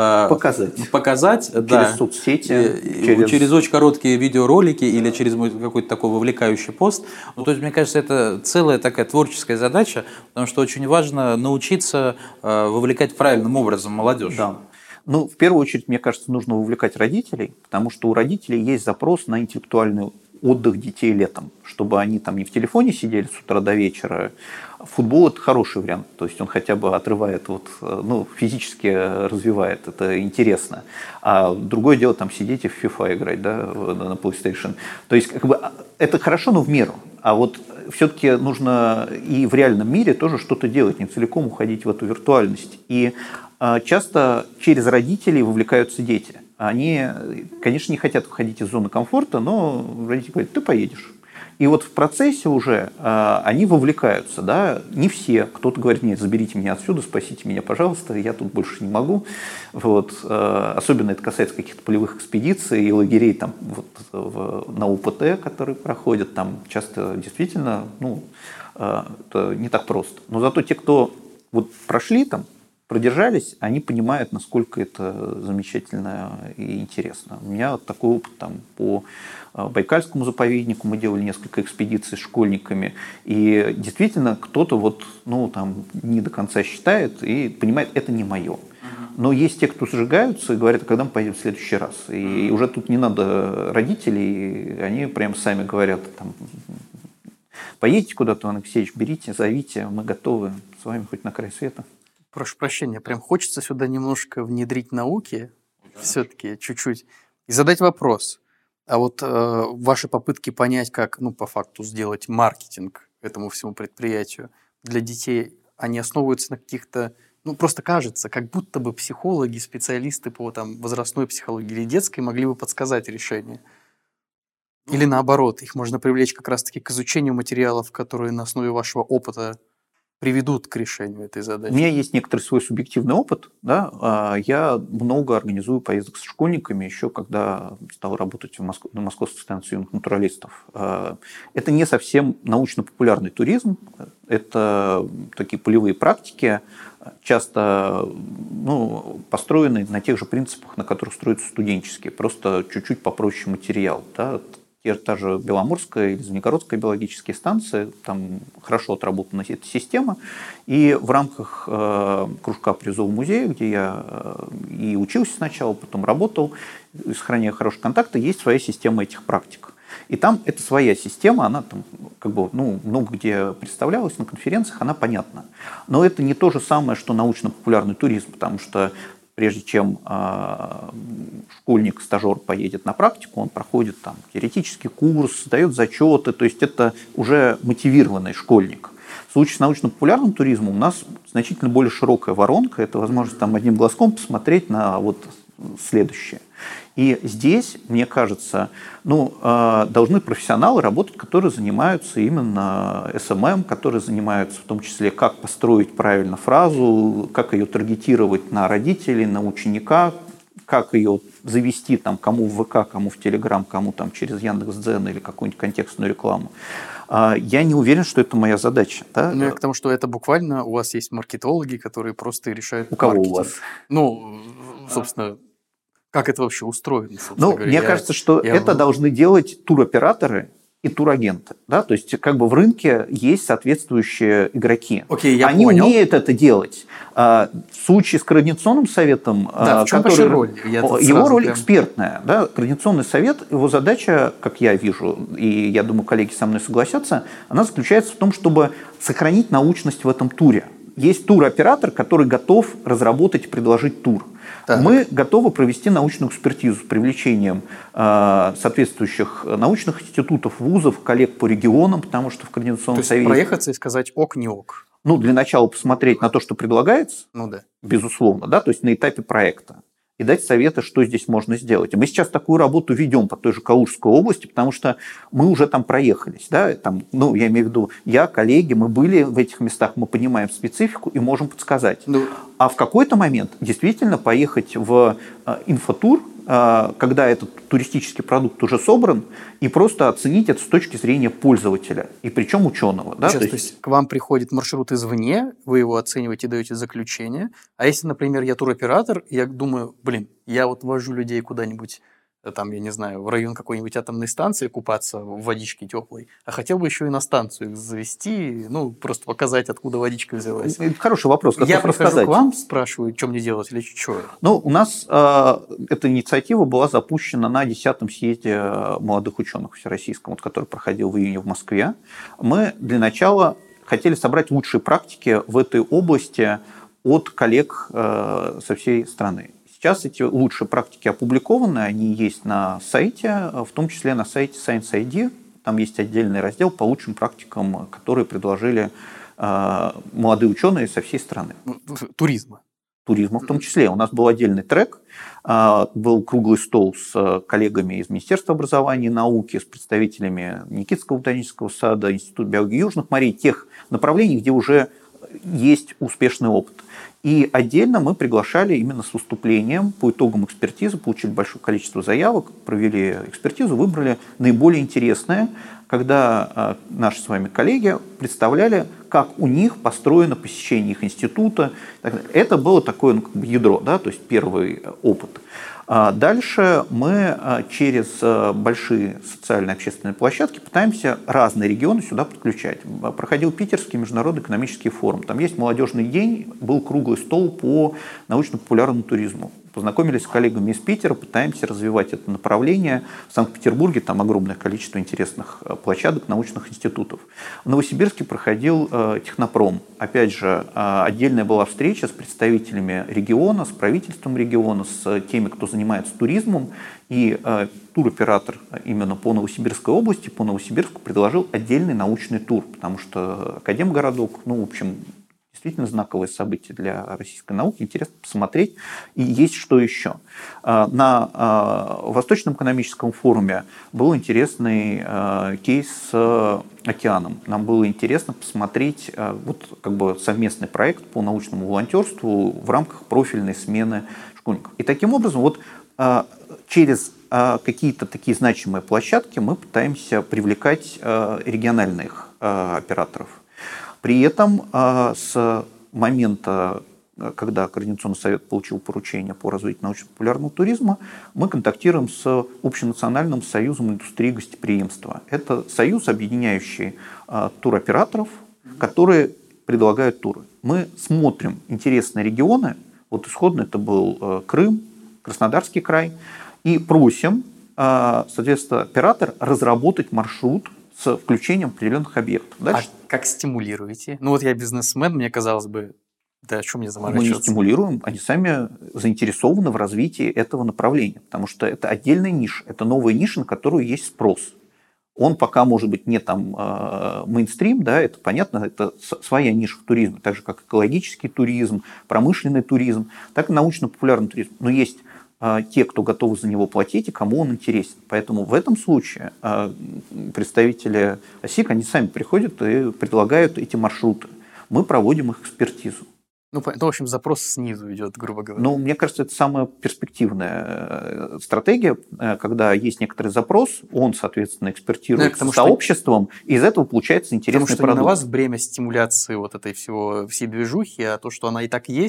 Показать, через да. соцсети, через очень короткие видеоролики или через какой-то такой вовлекающий пост. Ну, то есть, мне кажется, это целая такая творческая задача, потому что очень важно научиться вовлекать правильным образом молодежь. Да. Ну, в первую очередь, мне кажется, нужно вовлекать родителей, потому что у родителей есть запрос на интеллектуальный отдых детей летом, чтобы они там не в телефоне сидели с утра до вечера. Футбол – это хороший вариант, то есть он хотя бы отрывает, ну, физически развивает, это интересно. А другое дело там сидеть и в FIFA играть, да, на PlayStation. То есть как бы это хорошо, но в меру. А вот все-таки нужно и в реальном мире тоже что-то делать, не целиком уходить в эту виртуальность. И часто через родителей вовлекаются дети. Они, конечно, не хотят выходить из зоны комфорта, но родители говорят, ты поедешь. И вот в процессе уже они вовлекаются, да, не все. Кто-то говорит, нет, заберите меня отсюда, спасите меня, пожалуйста, я тут больше не могу. Вот. Особенно это касается каких-то полевых экспедиций и лагерей там, на УПТ, которые проходят. Там часто действительно, ну, это не так просто. Но зато те, кто вот прошли там, продержались, они понимают, насколько это замечательно и интересно. У меня вот такой опыт там, по Байкальскому заповеднику, мы делали несколько экспедиций с школьниками, и действительно кто-то вот, ну, там, не до конца считает и понимает, это не мое. Но есть те, кто сжигаются и говорят, а когда мы поедем в следующий раз. И уже тут не надо родителей, они прям сами говорят, там, поедете куда-то, Иван Алексеевич, берите, зовите, мы готовы с вами хоть на край света. Прошу прощения, прям хочется сюда немножко внедрить науки, все-таки чуть-чуть, и задать вопрос. А вот ваши попытки понять, как, ну, по факту сделать маркетинг этому всему предприятию для детей, они основываются на каких-то, ну, просто кажется, как будто бы психологи, специалисты по там, возрастной психологии или детской могли бы подсказать решение. Или наоборот, их можно привлечь как раз-таки к изучению материалов, которые на основе вашего опыта приведут к решению этой задачи. У меня есть некоторый свой субъективный опыт. Да? Я много организую поездок с школьниками, еще когда стал работать на Московской станции юных натуралистов. Это не совсем научно-популярный туризм, это такие полевые практики, часто, ну, построенные на тех же принципах, на которых строятся студенческие, просто чуть-чуть попроще материал. Да? Та же Беломорская или Звенигородская биологические станции, там хорошо отработана эта система. И в рамках кружка «Призового музея», где я и учился сначала, потом работал, сохраняя хорошие контакты, есть своя система этих практик. И там это своя система, она там как бы, ну, много где представлялась на конференциях, она понятна. Но это не то же самое, что научно-популярный туризм, потому что прежде чем школьник, стажер поедет на практику, он проходит там теоретический курс, сдает зачеты, то есть это уже мотивированный школьник. В случае с научно-популярным туризмом у нас значительно более широкая воронка, это возможность там одним глазком посмотреть на вот следующее. И здесь, мне кажется, ну, должны профессионалы работать, которые занимаются именно СММ, которые занимаются в том числе, как построить правильно фразу, как ее таргетировать на родителей, на ученика, как ее завести там, кому в ВК, кому в Телеграм, кому там через Яндекс.Дзен или какую-нибудь контекстную рекламу. Я не уверен, что это моя задача. Да? Ну, к тому, что это буквально у вас есть маркетологи, которые просто решают у кого маркетинг. У вас? Ну, собственно, как это вообще устроено? Ну, мне кажется, что это должны делать туроператоры и турагенты. Да? То есть как бы в рынке есть соответствующие игроки. Окей, я Они понял. умеют это делать. В случае с Координационным советом, Да, в чем вообще роль? Его роль экспертная. Да? Координационный совет, его задача, как я вижу, и я думаю, коллеги со мной согласятся, она заключается в том, чтобы сохранить научность в этом туре. Есть туроператор, который готов разработать и предложить тур. Так. Мы готовы провести научную экспертизу с привлечением соответствующих научных институтов, вузов, коллег по регионам, потому что в Координационном совете... проехаться и сказать ок, не ок. Ну, для начала посмотреть на то, что предлагается, безусловно, да, то есть на этапе проекта, и дать советы, что здесь можно сделать. И мы сейчас такую работу ведем по той же Калужской области, потому что мы уже там проехались. Да? Там, я имею в виду, коллеги, мы были в этих местах, мы понимаем специфику и можем подсказать. А в какой-то момент действительно поехать в инфотур, когда этот туристический продукт уже собран, и просто оценить это с точки зрения пользователя, и причем ученого. Да? То есть к вам приходит маршрут извне, вы его оцениваете, даете заключение, а если, например, я туроператор, я думаю, я вот вожу людей куда-нибудь, там, я не знаю, в район какой-нибудь атомной станции купаться в водичке теплой, а хотел бы еще и на станцию их завести, просто показать, откуда водичка взялась. Это хороший вопрос. Я прихожу к вам, спрашиваю, что мне делать или что? У нас эта инициатива была запущена на 10-м съезде молодых ученых всероссийском, который проходил в июне в Москве. Мы для начала хотели собрать лучшие практики в этой области от коллег со всей страны. Сейчас эти лучшие практики опубликованы, они есть на сайте, в том числе на сайте Science ID. Там есть отдельный раздел по лучшим практикам, которые предложили молодые ученые со всей страны. Туризма в том числе. У нас был отдельный трек, был круглый стол с коллегами из Министерства образования и науки, с представителями Никитского ботанического сада, Института биологии Южных морей, тех направлений, где уже есть успешный опыт. И отдельно мы приглашали именно с выступлением по итогам экспертизы, получили большое количество заявок, провели экспертизу, выбрали наиболее интересное, когда наши с вами коллеги представляли, как у них построено посещение их института. Это было такое ядро, да, то есть первый опыт. Дальше мы через большие социально-общественные площадки пытаемся разные регионы сюда подключать. Проходил Питерский международный экономический форум. Там есть молодежный день, был круглый стол по научно-популярному туризму. Познакомились с коллегами из Питера, пытаемся развивать это направление. В Санкт-Петербурге там огромное количество интересных площадок, научных институтов. В Новосибирске проходил Технопром. Опять же, отдельная была встреча с представителями региона, с правительством региона, с теми, кто занимается туризмом. И туроператор именно по Новосибирской области, по Новосибирску предложил отдельный научный тур, потому что Академгородок, действительно знаковое событие для российской науки, интересно посмотреть. И есть что еще. На Восточном экономическом форуме был интересный кейс с океаном. Нам было интересно посмотреть совместный проект по научному волонтерству в рамках профильной смены школьников. И таким образом через какие-то такие значимые площадки мы пытаемся привлекать региональных операторов. При этом с момента, когда Координационный совет получил поручение по развитию научно-популярного туризма, мы контактируем с Общенациональным союзом индустрии гостеприимства. Это союз, объединяющий туроператоров, которые предлагают туры. Мы смотрим интересные регионы, исходно это был Крым, Краснодарский край, и просим, соответственно, оператор разработать маршрут с включением определенных объектов. Дальше. А как стимулируете? Я бизнесмен, мне казалось бы, что мне заморачиваться? Мы не стимулируем, они сами заинтересованы в развитии этого направления, потому что это отдельная ниша, это новая ниша, на которую есть спрос. Он пока может быть не мейнстрим, да, это понятно, это своя ниша в туризме, так же как экологический туризм, промышленный туризм, так и научно-популярный туризм. Но есть те, кто готовы за него платить и кому он интересен. Поэтому в этом случае представители ОСИК, они сами приходят и предлагают эти маршруты. Мы проводим их экспертизу. В общем, запрос снизу идет, грубо говоря. Мне кажется, это самая перспективная стратегия, когда есть некоторый запрос, он, соответственно, экспертируется сообществом, и из этого получается интересный продукт. Потому что не на вас бремя стимуляции этой всей движухи, а то, что она и так есть,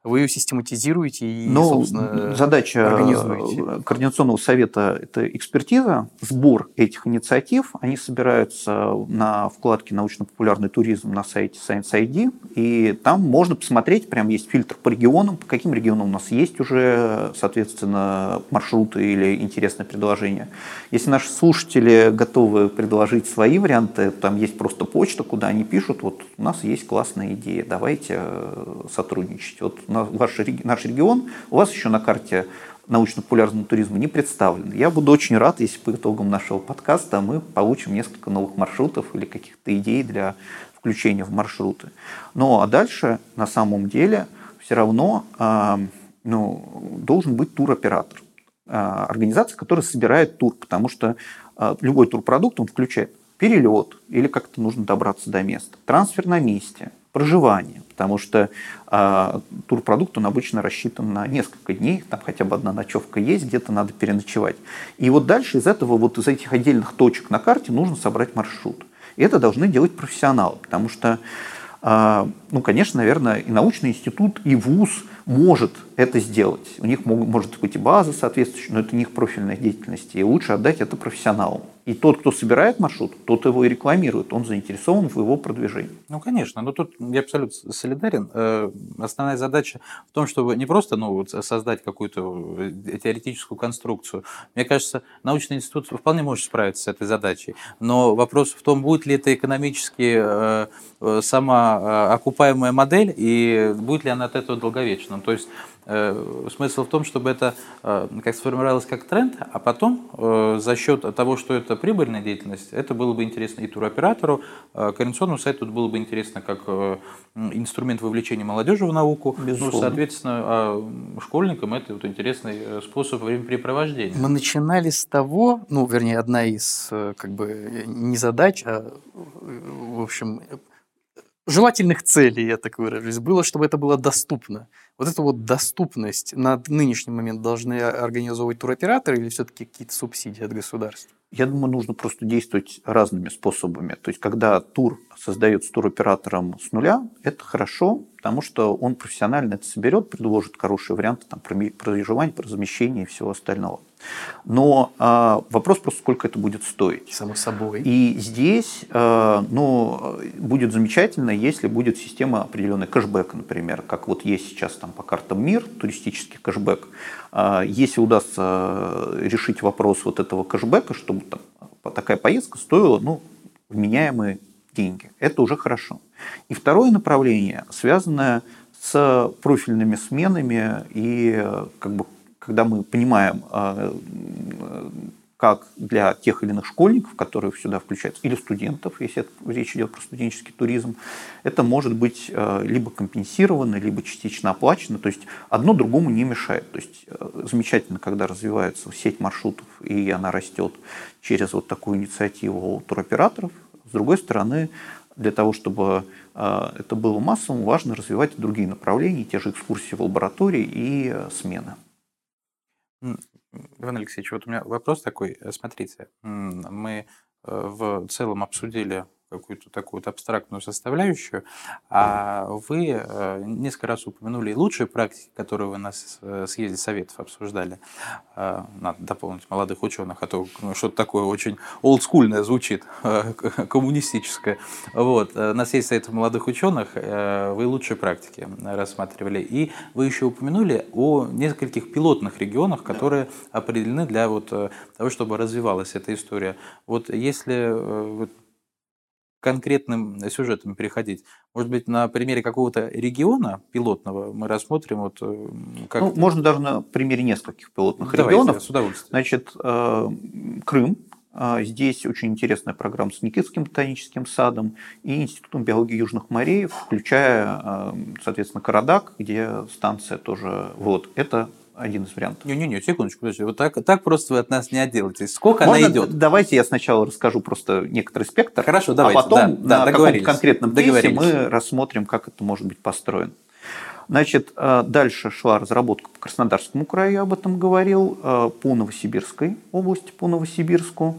вы ее систематизируете и, Но собственно, задача организуете. Координационного совета – это экспертиза, сбор этих инициатив. Они собираются на вкладке «Научно-популярный туризм» на сайте Science ID, и там можно посмотреть, прям есть фильтр по регионам, по каким регионам у нас есть уже, соответственно, маршруты или интересные предложения. Если наши слушатели готовы предложить свои варианты, там есть просто почта, куда они пишут: вот у нас есть классная идея, давайте сотрудничать. Вот наш регион у вас еще на карте научно-популярного туризма не представлен. Я буду очень рад, если по итогам нашего подкаста мы получим несколько новых маршрутов или каких-то идей для включения в маршруты. Ну а дальше на самом деле все равно должен быть туроператор. Организация, которая собирает тур, потому что любой турпродукт, он включает перелет, или как-то нужно добраться до места, трансфер на месте, проживание, потому что турпродукт, он обычно рассчитан на несколько дней, там хотя бы одна ночевка есть, где-то надо переночевать. И вот дальше из этого, вот из этих отдельных точек на карте нужно собрать маршрут. И это должны делать профессионалы, потому что, конечно, наверное, и научный институт, и вуз может это сделать. У них может быть и база соответствующая, но это не их профильная деятельность. И лучше отдать это профессионалам. И тот, кто собирает маршрут, тот его и рекламирует, он заинтересован в его продвижении. Ну, конечно, но тут я абсолютно солидарен. Основная задача в том, чтобы не просто создать какую-то теоретическую конструкцию. Мне кажется, научный институт вполне может справиться с этой задачей. Но вопрос в том, будет ли это экономически самоокупаемая модель и будет ли она от этого долговечна. То есть смысл в том, чтобы это сформировалось как тренд, а потом за счет того, что это прибыльная деятельность, это было бы интересно и туроператору, координационному сайту было бы интересно как инструмент вовлечения молодежи в науку, соответственно, школьникам это интересный способ времяпрепровождения. Мы начинали с того, одна из не задач, а в общем желательных целей, я так выражусь, было, чтобы это было доступно. Вот эту вот доступность на нынешний момент должны организовывать туроператоры или все-таки какие-то субсидии от государства? Я думаю, нужно просто действовать разными способами. То есть, когда тур создается туроператором с нуля, это хорошо, потому что он профессионально это соберет, предложит хорошие варианты про проживание, про размещение и всего остального. Но вопрос просто, сколько это будет стоить. Само собой. И здесь будет замечательно, если будет система определенной кэшбэка, например, как вот есть сейчас по картам МИР, туристический кэшбэк. Если удастся решить вопрос вот этого кэшбэка, чтобы такая поездка стоила вменяемые деньги, это уже хорошо. И второе направление, связанное с профильными сменами и когда мы понимаем, как для тех или иных школьников, которые сюда включаются, или студентов, если речь идет про студенческий туризм, это может быть либо компенсировано, либо частично оплачено. То есть одно другому не мешает. То есть замечательно, когда развивается сеть маршрутов, и она растет через вот такую инициативу туроператоров. С другой стороны, для того, чтобы это было массовым, важно развивать и другие направления, те же экскурсии в лаборатории и смены. Иван Алексеевич, вот у меня вопрос такой. Смотрите, мы в целом обсудили какую-то такую вот абстрактную составляющую, а вы несколько раз упомянули и лучшие практики, которые вы на съезде советов обсуждали. Надо дополнить молодых ученых, а то что-то такое очень олдскульное звучит, коммунистическое. Вот. На съезде советов молодых ученых вы лучшие практики рассматривали. И вы еще упомянули о нескольких пилотных регионах, которые определены для того, чтобы развивалась эта история. Вот если конкретным сюжетом переходить. Может быть, на примере какого-то региона пилотного мы рассмотрим как... можно даже на примере нескольких пилотных регионов. С удовольствием. Значит, Крым. Здесь очень интересная программа с Никитским ботаническим садом и Институтом биологии южных морей, включая, соответственно, Карадак, где станция тоже. Это один из вариантов. Не, секундочку, подожди. Вот так просто вы от нас не отделаетесь. Сколько она идет? Давайте я сначала расскажу просто некоторый спектр. Хорошо, давайте. А потом на каком-то конкретном кейсе мы рассмотрим, как это может быть построено. Значит, дальше шла разработка по Краснодарскому краю, я об этом говорил, по Новосибирской области, по Новосибирску.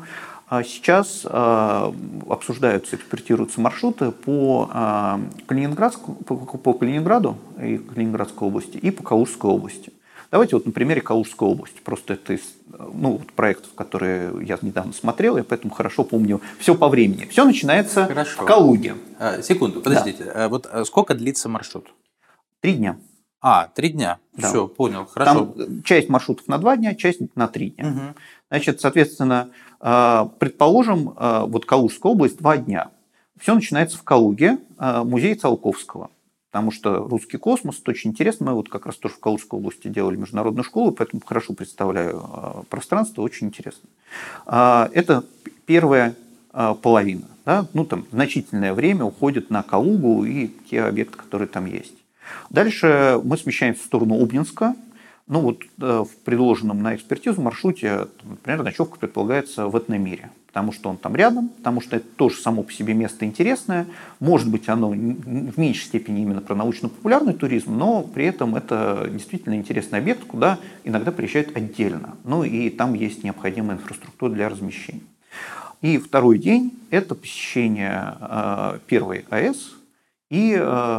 Сейчас обсуждаются, экспертируются маршруты по Калининграду и Калининградской области и по Калужской области. Давайте вот на примере Калужской области. Просто это из проектов, которые я недавно смотрел, я поэтому хорошо помню все по времени. Все начинается в Калуге. Секунду, подождите. Да. Вот сколько длится маршрут? 3 дня. 3 дня. Да. Все, понял, хорошо. Там часть маршрутов на 2 дня, часть на 3 дня. Угу. Значит, соответственно, предположим, вот Калужская область 2 дня. Все начинается в Калуге, музей Циолковского. Потому что русский космос, это очень интересно. Мы вот как раз тоже в Калужской области делали международную школу, поэтому хорошо представляю пространство, очень интересно. Это первая половина. Да? Там значительное время уходит на Калугу и те объекты, которые там есть. Дальше мы смещаемся в сторону Обнинска. В предложенном на экспертизу маршруте, например, ночевка предполагается в Этномире, потому что он там рядом, потому что это тоже само по себе место интересное. Может быть, оно в меньшей степени именно про научно-популярный туризм, но при этом это действительно интересный объект, куда иногда приезжают отдельно. И там есть необходимая инфраструктура для размещения. И второй день – это посещение первой АЭС и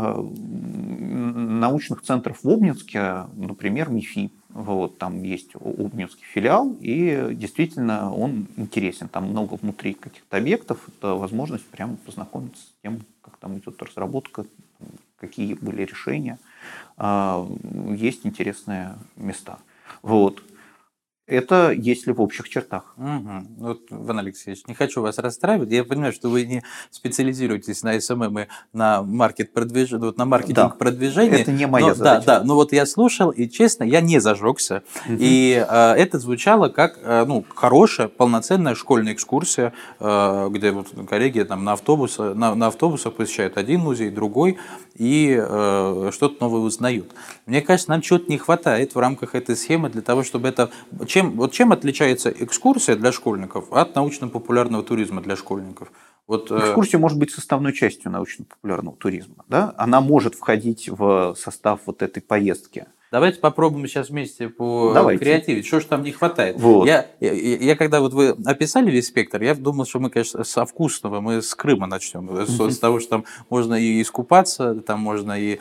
научных центров в Обнинске, например, МИФИ. Там есть обнинский филиал, и действительно он интересен. Там много внутри каких-то объектов. Это возможность прямо познакомиться с тем, как там идет разработка, какие были решения. Есть интересные места. Это если в общих чертах. Угу. Иван Алексеевич, не хочу вас расстраивать. Я понимаю, что вы не специализируетесь на СММ и на маркетинг продвижения. Это не моя задача. Да, но я слушал, и честно, я не зажегся. И это звучало как хорошая, полноценная школьная экскурсия, где коллеги на автобусах посещают один музей, другой, и что-то новое узнают. Мне кажется, нам чего-то не хватает в рамках этой схемы для того, чтобы это... Чем отличается экскурсия для школьников от научно-популярного туризма для школьников? Экскурсия может быть составной частью научно-популярного туризма. Да? Она может входить в состав этой поездки. Давайте попробуем сейчас вместе покреативить. Что же там не хватает? Я когда вы описали весь спектр, я думал, что мы, конечно, со вкусного, мы с Крыма начнем. С того, что там можно и искупаться, там можно и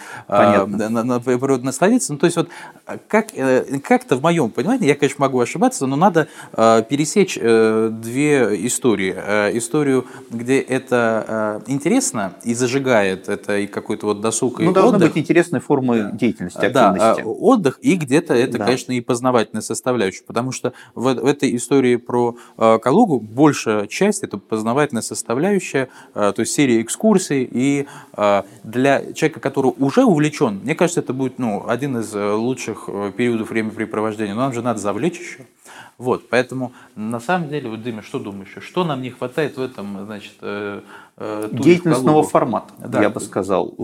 на природу насладиться. То есть как-то в моем понимании, я, конечно, могу ошибаться, но надо пересечь 2 истории. Историю, где это интересно и зажигает, это и какой-то досуг, и должны быть интересные формы деятельности, активности. Отдых, и где-то это, конечно, и познавательная составляющая, потому что в этой истории про Калугу большая часть – это познавательная составляющая, то есть серия экскурсий, и для человека, который уже увлечен, мне кажется, это будет один из лучших периодов времяпрепровождения, но нам же надо завлечь еще. Поэтому, на самом деле, Дима, что думаешь, что нам не хватает в этом, деятельностного формата, я бы сказал.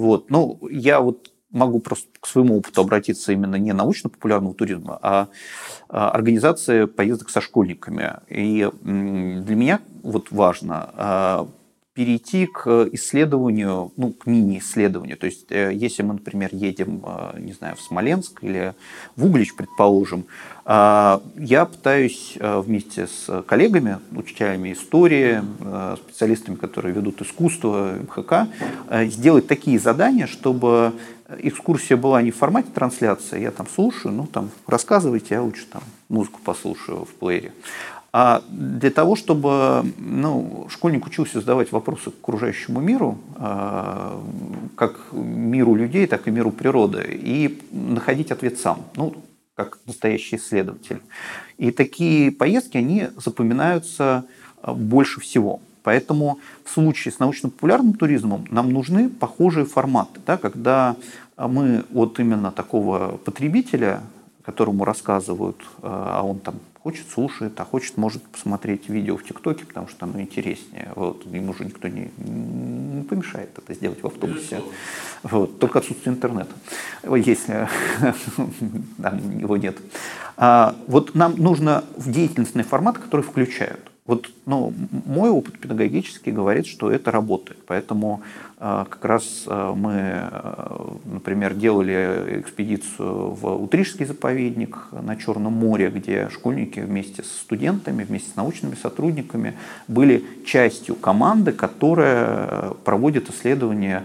Я могу просто к своему опыту обратиться именно не научно-популярного туризма, а организации поездок со школьниками. И для меня важно перейти к исследованию, к мини-исследованию. То есть, если мы, например, едем, в Смоленск или в Углич, предположим, я пытаюсь вместе с коллегами, учителями истории, специалистами, которые ведут искусство, МХК, сделать такие задания, чтобы экскурсия была не в формате трансляции, я там слушаю, рассказывайте, я лучше музыку послушаю в плеере. А для того, чтобы школьник учился задавать вопросы к окружающему миру, как миру людей, так и миру природы, и находить ответ сам, как настоящий исследователь. И такие поездки, они запоминаются больше всего. Поэтому в случае с научно-популярным туризмом нам нужны похожие форматы, когда мы именно такого потребителя, которому рассказывают, а он хочет, слушает, а хочет, может посмотреть видео в ТикТоке, потому что оно интереснее. Ему уже никто не помешает это сделать в автобусе. Только отсутствие интернета, если его нет. Нам нужно в деятельностный формат, который включают. Вот, мой опыт педагогический говорит, что это работает. Поэтому как раз мы, например, делали экспедицию в Утрижский заповедник на Черном море, где школьники вместе с студентами, вместе с научными сотрудниками были частью команды, которая проводит исследования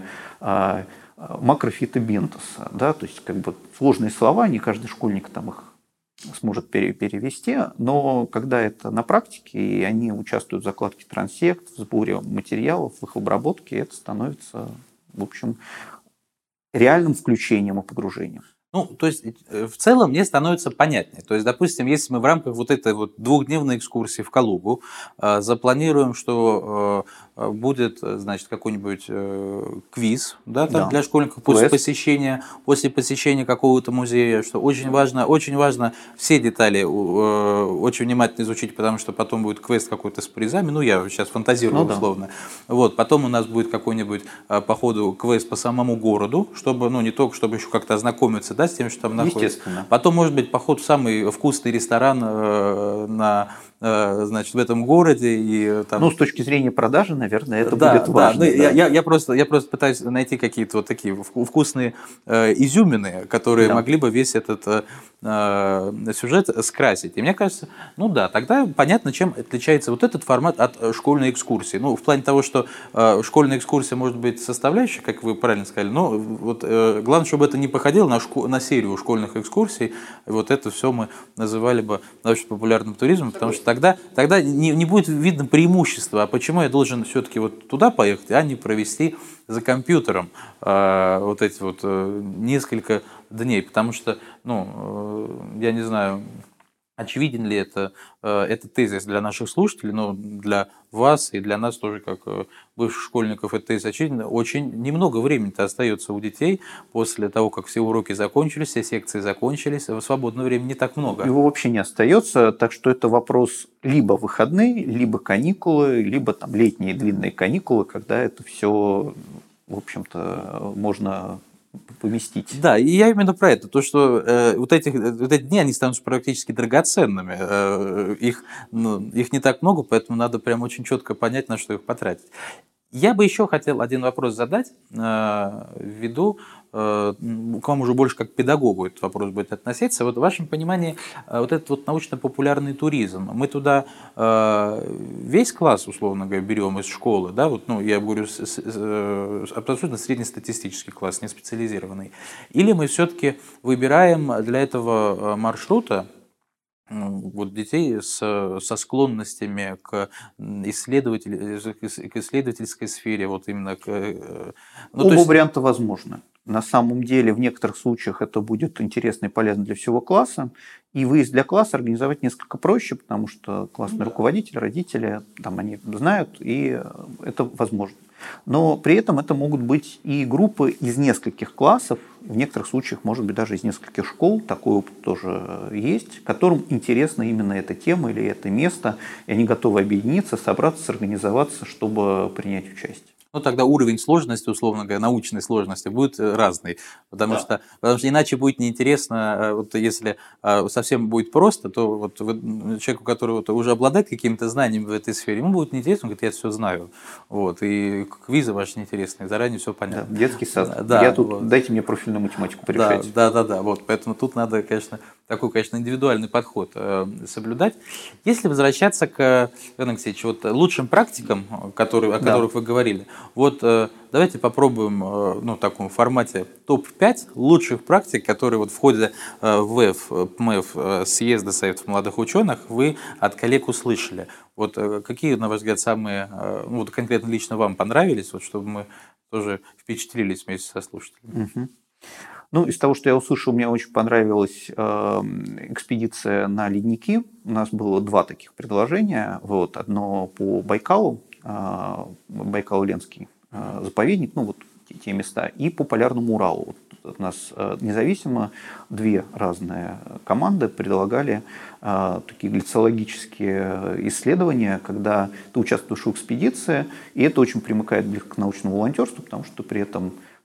макрофитобентоса. Да? То есть сложные слова, не каждый школьник там их сможет перевести, но когда это на практике, и они участвуют в закладке транссект, в сборе материалов, в их обработке, это становится, в общем, реальным включением и погружением. То есть, в целом мне становится понятнее. То есть, допустим, если мы в рамках вот этой вот двухдневной экскурсии в Калугу запланируем, что будет, значит, какой-нибудь квиз, да, там, для школьников после посещения какого-то музея, что очень важно все детали очень внимательно изучить, потому что потом будет квест какой-то с призами, я сейчас фантазирую условно. Вот, потом у нас будет какой-нибудь по ходу квест по самому городу, чтобы, не только, чтобы еще как-то ознакомиться, да, с тем, что там находится. Потом, может быть, поход в самый вкусный ресторан значит, в этом городе. И, там... с точки зрения продажи, наверное, это будет важно. Я просто пытаюсь найти какие-то вот такие вкусные изюмины, которые могли бы весь этот сюжет скрасить. И мне кажется, тогда понятно, чем отличается вот этот формат от школьной экскурсии. В плане того, что школьная экскурсия может быть составляющей, как вы правильно сказали, но вот главное, чтобы это не походило на серию школьных экскурсий. Вот это все мы называли бы научно-популярным туризмом, потому что тогда не будет видно преимущества, а почему я должен все-таки вот туда поехать, а не провести за компьютером вот эти вот несколько дней, потому что, я не знаю, очевиден ли этот тезис для наших слушателей, но для вас и для нас тоже, как бывших школьников, этот тезис очевиден. Очень немного времени-то остается у детей после того, как все уроки закончились, все секции закончились, свободного времени не так много. Его вообще не остается, так что это вопрос либо выходные, либо каникулы, либо там летние длинные каникулы, когда это все, в общем-то, можно поместить. Да, и я именно про это. То, что вот эти дни, они становятся практически драгоценными. Их не так много, поэтому надо прям очень четко понять, на что их потратить. Я бы еще хотел один вопрос задать, ввиду, к вам уже больше как к педагогу этот вопрос будет относиться. Вот в вашем понимании, вот этот вот научно-популярный туризм, мы туда весь класс, условно говоря, берем из школы, да, вот, я говорю, абсолютно среднестатистический класс, не специализированный, или мы все-таки выбираем для этого маршрута вот детей со склонностями к исследовательской сфере, вот именно Оба варианта возможны. На самом деле, в некоторых случаях это будет интересно и полезно для всего класса. И выезд для класса организовать несколько проще, потому что классный руководитель, родители, там они знают, и это возможно. Но при этом это могут быть и группы из нескольких классов, в некоторых случаях, может быть, даже из нескольких школ, такой опыт тоже есть, которым интересна именно эта тема или это место, и они готовы объединиться, собраться, сорганизоваться, чтобы принять участие. Тогда уровень сложности, условно говоря, научной сложности будет разный, потому что иначе будет неинтересно, вот если совсем будет просто, то вот человеку, который уже обладает какими-то знаниями в этой сфере, ему будет неинтересно, он говорит, я все знаю, вот, и квизы ваши неинтересные, заранее все понятно. Да, детский сад. Дайте мне профильную математику порешать. Да, вот, поэтому тут надо, конечно, такой, индивидуальный подход соблюдать. Если возвращаться к, Иван Алексеевич, лучшим практикам, о которых вы говорили, давайте попробуем в таком формате топ-5 лучших практик, которые в ходе ВЭФ, ПМЭФ, съезда Советов молодых ученых вы от коллег услышали. Какие, на ваш взгляд, самые, конкретно лично вам понравились, чтобы мы тоже впечатлились вместе со слушателями? Из того, что я услышал, мне очень понравилась экспедиция на ледники. У нас было 2 таких предложения. Одно по Байкалу, Байкало-Ленский заповедник, те места, и по Полярному Уралу. У нас независимо 2 разные команды предлагали такие глицологические исследования, когда ты участвуешь в экспедиции, и это очень примыкает к научному волонтерству, потому что при этом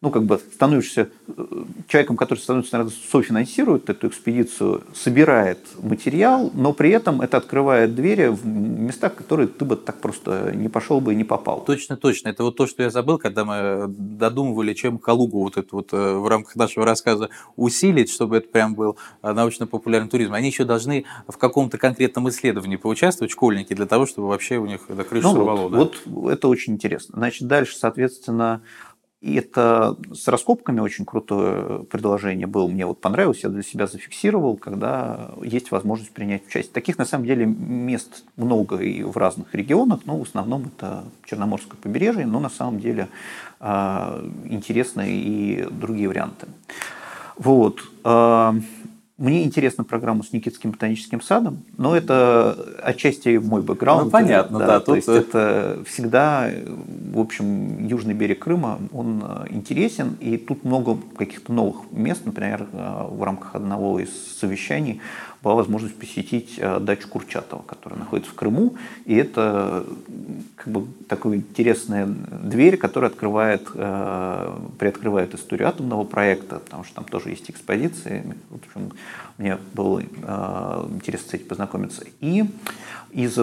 становишься человеком, который софинансирует эту экспедицию, собирает материал, но при этом это открывает двери в места, в которые ты бы так просто не пошел бы и не попал. Точно. Это вот то, что я забыл, когда мы додумывали, чем Калугу вот это вот в рамках нашего рассказа усилить, чтобы это прям был научно-популярный туризм. Они еще должны в каком-то конкретном исследовании поучаствовать, школьники, для того, чтобы вообще у них эта крыша сорвало. Вот это очень интересно. Значит, дальше, соответственно, и это с раскопками очень крутое предложение было. Мне вот понравилось, я для себя зафиксировал, когда есть возможность принять участие. Таких, на самом деле, мест много и в разных регионах, но в основном это Черноморское побережье, но на самом деле интересны и другие варианты. Вот. Мне интересна программа с Никитским ботаническим садом, но это отчасти мой бэкграунд. Понятно, да. То есть это всегда, в общем, южный берег Крыма, он интересен, и тут много каких-то новых мест. Например, в рамках одного из совещаний была возможность посетить дачу Курчатова, которая находится в Крыму, и это такая интересная дверь, которая приоткрывает историю атомного проекта, потому что там тоже есть экспозиции. В общем, мне было интересно с этим познакомиться. И из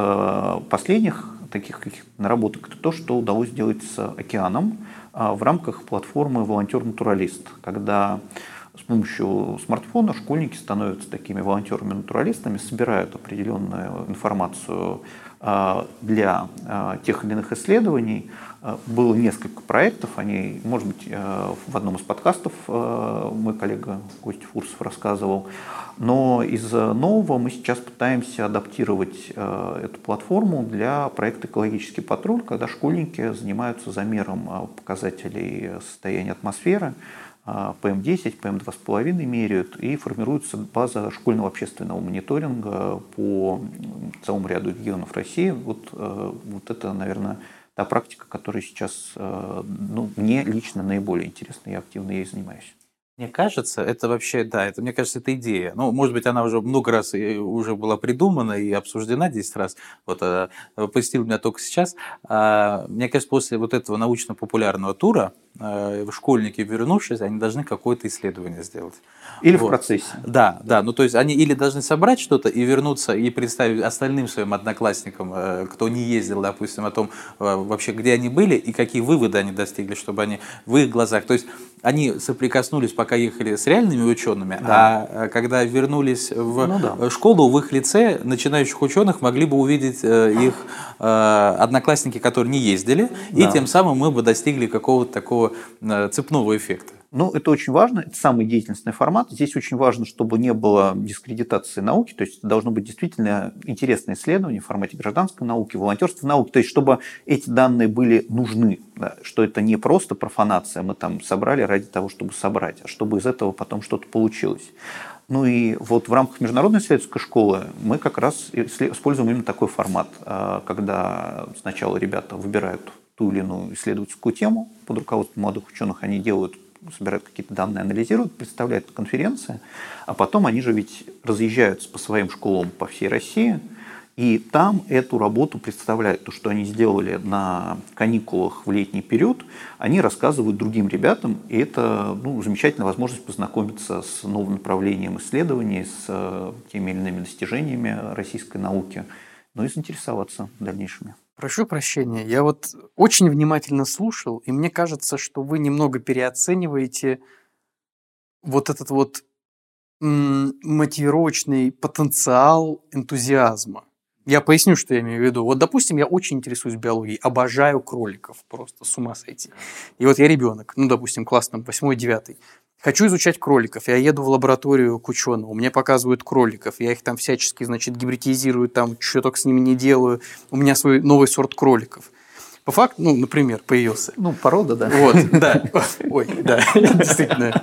последних таких каких-то наработок это то, что удалось сделать с океаном в рамках платформы «Волонтер-натуралист», когда с помощью смартфона школьники становятся такими волонтерами-натуралистами, собирают определенную информацию для тех или иных исследований. Было несколько проектов, они, может быть, в одном из подкастов мой коллега Костя Фурсов рассказывал. Но из нового мы сейчас пытаемся адаптировать эту платформу для проекта «Экологический патруль», когда школьники занимаются замером показателей состояния атмосферы, ПМ10, ПМ2,5 меряют, и формируется база школьного общественного мониторинга по целому ряду регионов России. Вот это, наверное, та практика, которая сейчас мне лично наиболее интересна, я активно ей занимаюсь. Мне кажется, это вообще, мне кажется, это идея. Ну, может быть, она уже много раз уже была придумана и обсуждена 10 раз. Вот посетил меня только сейчас. Мне кажется, после вот этого научно-популярного тура школьники, вернувшись, они должны какое-то исследование сделать. Или в процессе. Да. Ну, то есть они или должны собрать что-то и вернуться и представить остальным своим одноклассникам, кто не ездил, допустим, о том вообще, где они были и какие выводы они достигли, чтобы они в их глазах. То есть они соприкоснулись, пока ехали с реальными учеными, а когда вернулись в школу, в их лице начинающих ученых могли бы увидеть их одноклассники, которые не ездили, и тем самым мы бы достигли какого-то такого цепного эффекта. Ну, это очень важно, это самый деятельностный формат. Здесь очень важно, чтобы не было дискредитации науки, то есть должно быть действительно интересное исследование в формате гражданской науки, волонтерства науки, то есть чтобы эти данные были нужны, что это не просто профанация, мы там собрали ради того, чтобы собрать, а чтобы из этого потом что-то получилось. Ну и вот в рамках Международной исследовательской школы мы как раз используем именно такой формат, когда сначала ребята выбирают ту или иную исследовательскую тему, под руководством молодых ученых они собирают какие-то данные, анализируют, представляют на конференции, а потом они же ведь разъезжаются по своим школам по всей России, и там эту работу представляют, то, что они сделали на каникулах в летний период, они рассказывают другим ребятам, и это замечательная возможность познакомиться с новым направлением исследований, с теми или иными достижениями российской науки, и заинтересоваться дальнейшими. Прошу прощения, я вот очень внимательно слушал, и мне кажется, что вы немного переоцениваете вот этот вот мотивировочный потенциал энтузиазма. Я поясню, что я имею в виду. Вот, допустим, я очень интересуюсь биологией, обожаю кроликов, просто с ума сойти. И вот я ребенок, допустим, класс там 8-9. Хочу изучать кроликов. Я еду в лабораторию к ученому, мне показывают кроликов, я их там всячески, гибридизирую, там что только с ними не делаю. У меня свой новый сорт кроликов. По факту, например, появился. Порода, да. Вот, да. Ой, да, действительно.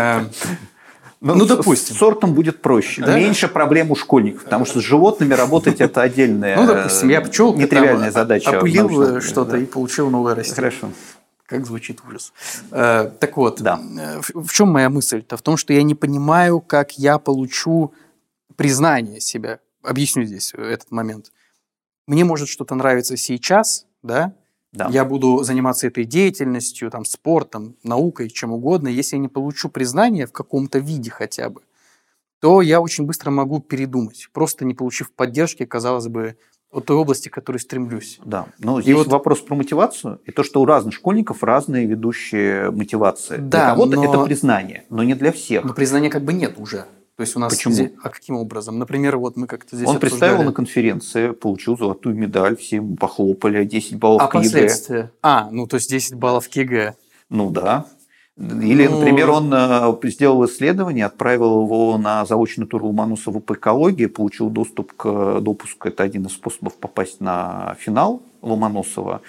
Допустим. С сортом будет проще. Да? Меньше проблем у школьников, потому что с животными работать это отдельная, допустим, я пчелка, нетривиальная задача. Опылил что-то и получил новое растение. Хорошо. Как звучит ужас. Так вот, в чем моя мысль-то? В том, что я не понимаю, как я получу признание себя. Объясню здесь этот момент. Мне может что-то нравиться сейчас, да, Да. Я буду заниматься этой деятельностью, там, спортом, наукой, чем угодно. Если я не получу признания в каком-то виде хотя бы, то я очень быстро могу передумать, просто не получив поддержки, казалось бы, от той области, к которой стремлюсь. Да, но здесь вопрос про мотивацию, и то, что у разных школьников разные ведущие мотивации. Да, для кого-то это признание, но не для всех. Но признания как бы нет уже. То есть у нас... Почему? А каким образом? Например, вот мы как-то здесь Он представил на конференции, получил золотую медаль, все ему похлопали, 10 баллов к ЕГЭ. последствия? То есть 10 баллов к ЕГЭ. Ну да. Или, например, он сделал исследование, отправил его на заочный тур Ломоносова по экологии, получил доступ к допуску, это один из способов попасть на финал Ломоносова,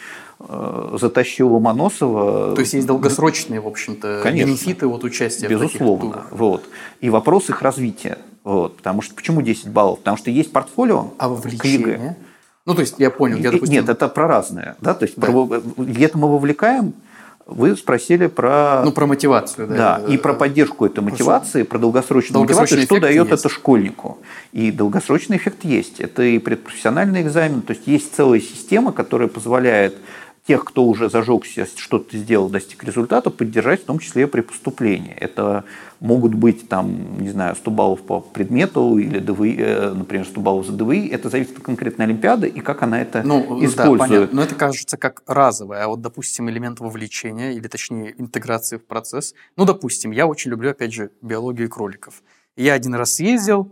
затащил Ломоносова. То есть есть долгосрочные, в общем-то, бенефиты от участия безусловно, в таких турах. Вот. И вопрос их развития. Вот. Потому что почему 10 баллов? Потому что есть портфолио а вовлечение? То есть я понял, я, допустим... Нет, это про разное. Да? То есть где-то мы вовлекаем. Вы спросили про... про мотивацию. Да, и про поддержку этой мотивации, про долгосрочную мотивацию, что дает это школьнику. И долгосрочный эффект есть. Это и предпрофессиональный экзамен, то есть есть целая система, которая позволяет тех, кто уже зажегся, что-то сделал, достиг результата, поддержать, в том числе при поступлении. Это могут быть, 100 баллов по предмету или ДВИ, например, 100 баллов за ДВИ. Это зависит от конкретной олимпиады и как она это использует. Да, понятно. Но это кажется как разовое. А вот, допустим, элемент вовлечения, или точнее интеграции в процесс. Допустим, я очень люблю, опять же, биологию кроликов. Я один раз съездил,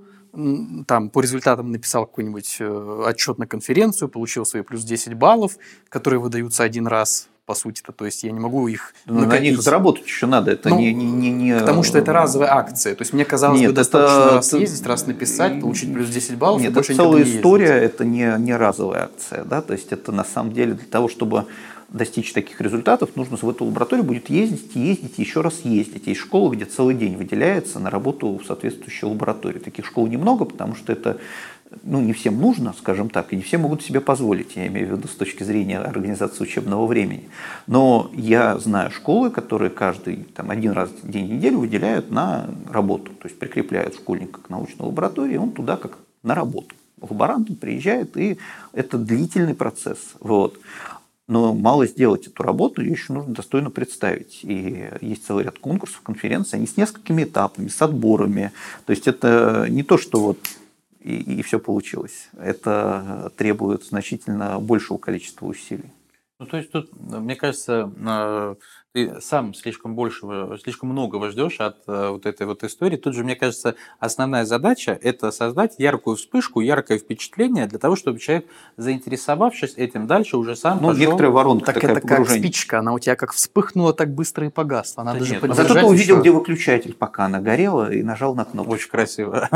по результатам написал какой-нибудь отчет на конференцию, получил свои плюс 10 баллов, которые выдаются один раз, по сути-то. То есть я не могу их накопить. На них заработать еще надо. Это не... Потому что это разовая акция. То есть мне казалось бы достаточно раз съездить, раз написать, получить плюс 10 баллов. Нет, это целая история, это не разовая акция. Да? То есть это на самом деле для того, чтобы достичь таких результатов, нужно в эту лабораторию будет ездить, еще раз ездить. Есть школа, где целый день выделяется на работу в соответствующей лаборатории. Таких школ немного, потому что это не всем нужно, скажем так, и не все могут себе позволить, я имею в виду с точки зрения организации учебного времени. Но я знаю школы, которые каждый один раз в день неделю выделяют на работу, то есть прикрепляют школьника к научной лаборатории, и он туда как на работу. Лаборант приезжает, и это длительный процесс. Вот. Но мало сделать эту работу, ее еще нужно достойно представить. И есть целый ряд конкурсов, конференций, они с несколькими этапами, с отборами. То есть это не то, что и все получилось. Это требует значительно большего количества усилий. То есть тут, мне кажется, ты сам слишком многого ждешь от этой истории. Тут же, мне кажется, основная задача – это создать яркую вспышку, яркое впечатление для того, чтобы человек, заинтересовавшись этим, дальше уже сам пошел. Некоторая воронка так такая, это как спичка, она у тебя как вспыхнула, так быстро и погасла. Надо же поддержать. Зато ты увидел, где выключатель, пока она горела, и нажал на кнопку. Очень красиво.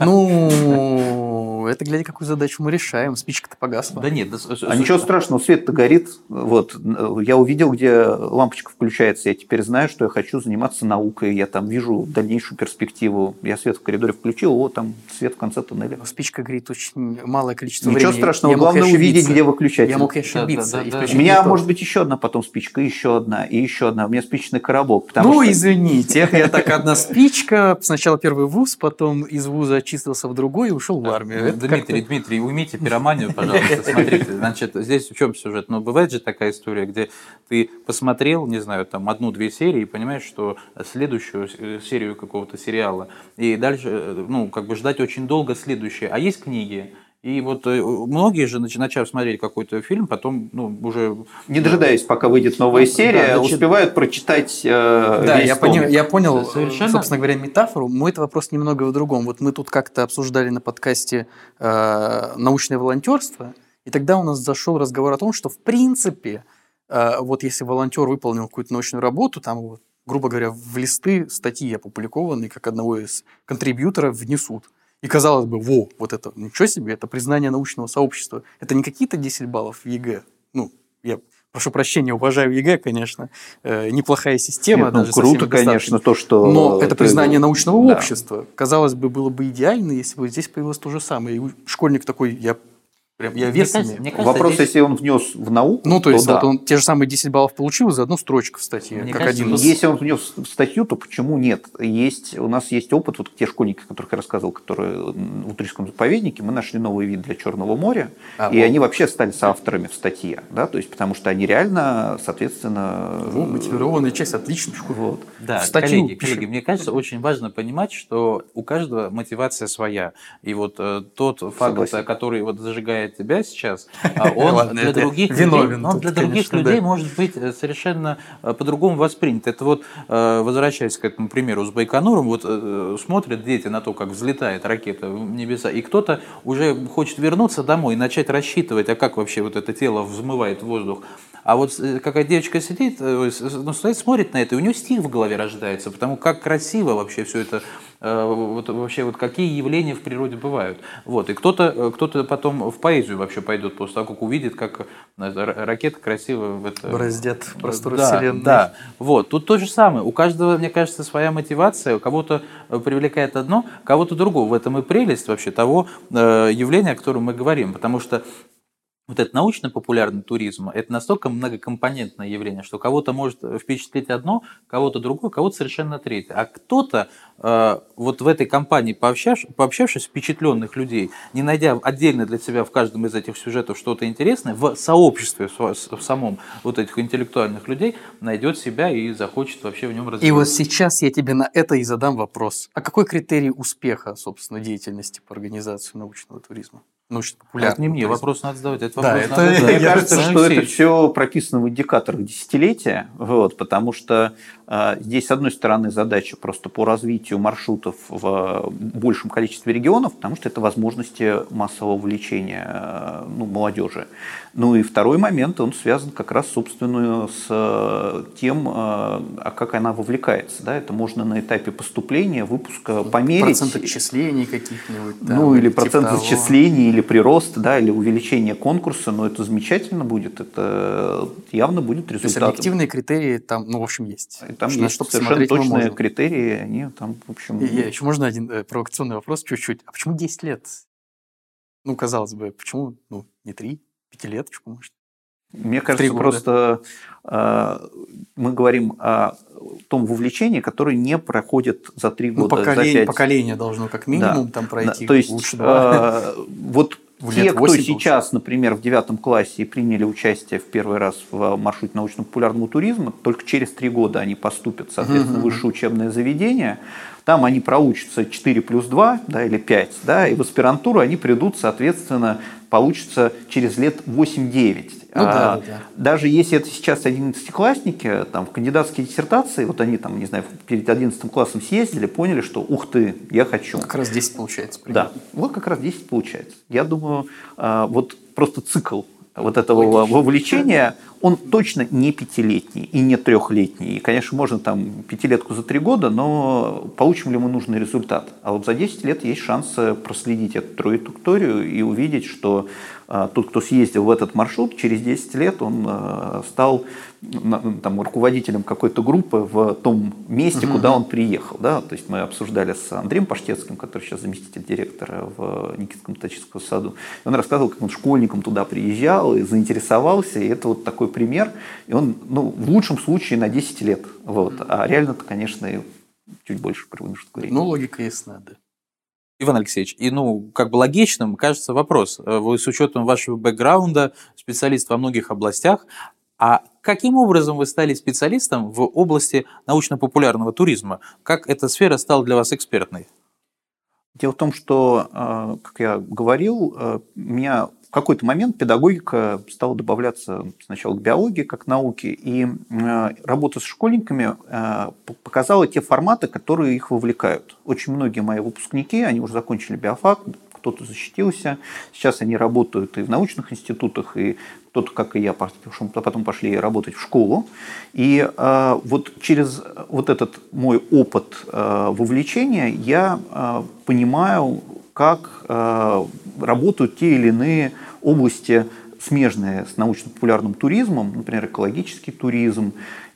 Это глядя, какую задачу мы решаем. Спичка-то погасла. Да нет. Ничего страшного, свет-то горит. Вот. Я увидел, где лампочка включается. Я теперь знаю, что я хочу заниматься наукой. Я вижу дальнейшую перспективу. Я свет в коридоре включил, там свет в конце туннеля. Спичка горит очень малое количество времени. Ничего страшного, главное увидеть, где выключатель. Я мог ошибиться. У меня может быть еще одна потом спичка, еще одна и еще одна. У меня спичечный коробок. Извините, я так одна спичка. Сначала первый вуз, потом из вуза отчислился в другой и ушел в армию. Дмитрий, уймите пироманию, пожалуйста. Смотрите, значит, здесь в чем сюжет? Бывает же такая история, где ты посмотрел, не знаю, 1-2 серии и понимаешь, что следующую серию какого-то сериала, и дальше, ждать очень долго следующее. А есть книги. И многие же, начав смотреть какой-то фильм, потом, уже... Не дожидаясь, пока выйдет новая серия, успевают прочитать я понял, собственно говоря, метафору. Мой вопрос немного в другом. Мы тут как-то обсуждали на подкасте научное волонтерство, и тогда у нас зашел разговор о том, что в принципе, если волонтер выполнил какую-то научную работу, грубо говоря, в листы статьи опубликованные, как одного из контрибьюторов внесут. И казалось бы, это ничего себе, это признание научного сообщества. Это не какие-то 10 баллов в ЕГЭ. Я прошу прощения, уважаю ЕГЭ, конечно. Неплохая система. Нет, круто, конечно, то, что... Но это признание научного общества. Казалось бы, было бы идеально, если бы здесь появилось то же самое. И школьник такой, я Прям я вес кажется, имею. мне кажется, Вопрос, здесь- если он внес в науку, Ну, то есть да. вот он те же самые 10 баллов получил за одну строчку в статье, Мне как кажется, один из... Если он внес в статью, то почему нет? У нас есть опыт, вот те школьники, о которых я рассказывал, которые в Утрическом заповеднике, мы нашли новый вид для Черного моря, и вот. они вообще стали соавторами в статье, да, то есть потому что они реально, соответственно... мотивированная часть, отлично. Вот. Да, в статью коллеги, пишем. мне кажется, очень важно понимать, что у каждого мотивация своя. И вот тот факт, Согласен. который вот зажигает тебя сейчас, он Ладно, для это других виновен людей, он тут, для других конечно, людей да. может быть совершенно по-другому воспринят. Это вот, возвращаясь к этому примеру с Байконуром, вот смотрят дети на то, как взлетает ракета в небеса, и кто-то уже хочет вернуться домой и начать рассчитывать, а как вообще вот это тело взмывает в воздух. А вот какая девочка сидит, стоит, смотрит на это, и у нее стих в голове рождается, потому как красиво вообще все это, вот, вообще вот какие явления в природе бывают. Вот, и кто-то потом в поэзию вообще пойдет после того, как увидит, как ракета красиво в это... Бороздят просторы Да, Вселенной. да, вот, тут то же самое. У каждого, мне кажется, своя мотивация, у кого-то привлекает одно, кого-то другое. В этом и прелесть вообще того явления, о котором мы говорим, потому что вот этот научно-популярный туризм, это настолько многокомпонентное явление, что кого-то может впечатлить одно, кого-то другое, кого-то совершенно третье. А кто-то вот в этой компании, пообщавшись, впечатленных людей, не найдя отдельно для себя в каждом из этих сюжетов что-то интересное, в сообществе в самом вот этих интеллектуальных людей найдет себя и захочет вообще в нем развиваться. И вот сейчас я тебе на это и задам вопрос. А какой критерий успеха, собственно, деятельности по организации научного туризма? Научно-популярного Это не мне туризма? вопрос надо задавать, это Да, вопрос это- надо задавать. Мне Я кажется, Алексей что это Алексеевич. все прописано в индикаторах десятилетия, вот, потому что здесь, с одной стороны, задача просто по развитию маршрутов в большем количестве регионов, потому что это возможности массового вовлечения молодежи. Ну и второй момент, он связан как раз, собственно, с тем, как она вовлекается. Да? Это можно на этапе поступления, выпуска померить. Процент отчислений каких-нибудь. там, Ну, или типа процент того. зачислений, или прирост, да, или увеличение конкурса, но это замечательно будет, это явно будет То есть результатом. объективные критерии там, в общем, есть. Там На есть что совершенно посмотреть мы точные можем. критерии, они там, в общем... Я еще можно один провокационный вопрос чуть-чуть. А почему 10 лет? Ну, казалось бы, почему не 3, 5-леточку, может? Мне 3 кажется, года. просто мы говорим о том вовлечении, которое не проходит за 3 года, за 5. Поколение должно как минимум Да, там пройти, то есть, лучше 2. вот В те, лет кто 8 сейчас, например, в 9 классе приняли участие в первый раз в маршруте научно-популярного туризма, только через 3 года они поступят, соответственно, в высшее учебное заведение. Там они проучатся 4 плюс 2, да, или 5, да, и в аспирантуру они придут, соответственно, получится через лет 8-9. Ну да. Даже если это сейчас 11-классники, там, в кандидатские диссертации, вот они там, не знаю, перед 11 классом съездили, поняли, что ух ты, я хочу. Как раз 10 получается. Примерно. Да, вот как раз 10 получается. Я думаю, вот просто цикл вот этого вовлечения, он точно не 5-летний и не 3-летний. И, конечно, можно там 5-летку за 3 года, но получим ли мы нужный результат? А вот за 10 лет есть шанс проследить эту траекторию и увидеть, что тот, кто съездил в этот маршрут, через 10 лет он стал там, руководителем какой-то группы в том месте, куда он приехал. Да? То есть мы обсуждали с Андреем Паштецким, который сейчас заместитель директора в Никитском ботаническом саду. И он рассказывал, как он школьником туда приезжал и заинтересовался. И это вот такой пример. И он, в лучшем случае, на 10 лет. Вот. А реально-то, конечно, и чуть больше промежуток времени. Ну, логика ясна, да. Иван Алексеевич, и как бы логичным кажется вопрос. Вы с учетом вашего бэкграунда, специалист во многих областях, а каким образом вы стали специалистом в области научно-популярного туризма? Как эта сфера стала для вас экспертной? Дело в том, что, как я говорил, у меня в какой-то момент педагогика стала добавляться сначала к биологии как науке, и работа с школьниками показала те форматы, которые их вовлекают. Очень многие мои выпускники, они уже закончили биофак, кто-то защитился, сейчас они работают и в научных институтах, и кто-то, как и я, потом пошли работать в школу. И вот через вот этот мой опыт вовлечения я понимаю, как работают те или иные области, смежные с научно-популярным туризмом, например, экологический туризм.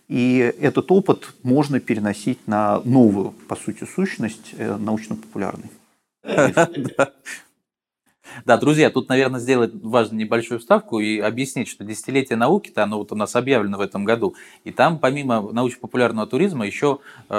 И этот опыт можно переносить на новую, по сути, сущность научно-популярной. Да, друзья, тут, наверное, сделать важно небольшую вставку и объяснить, что десятилетие науки-то, оно вот у нас объявлено в этом году, и там помимо научно-популярного туризма еще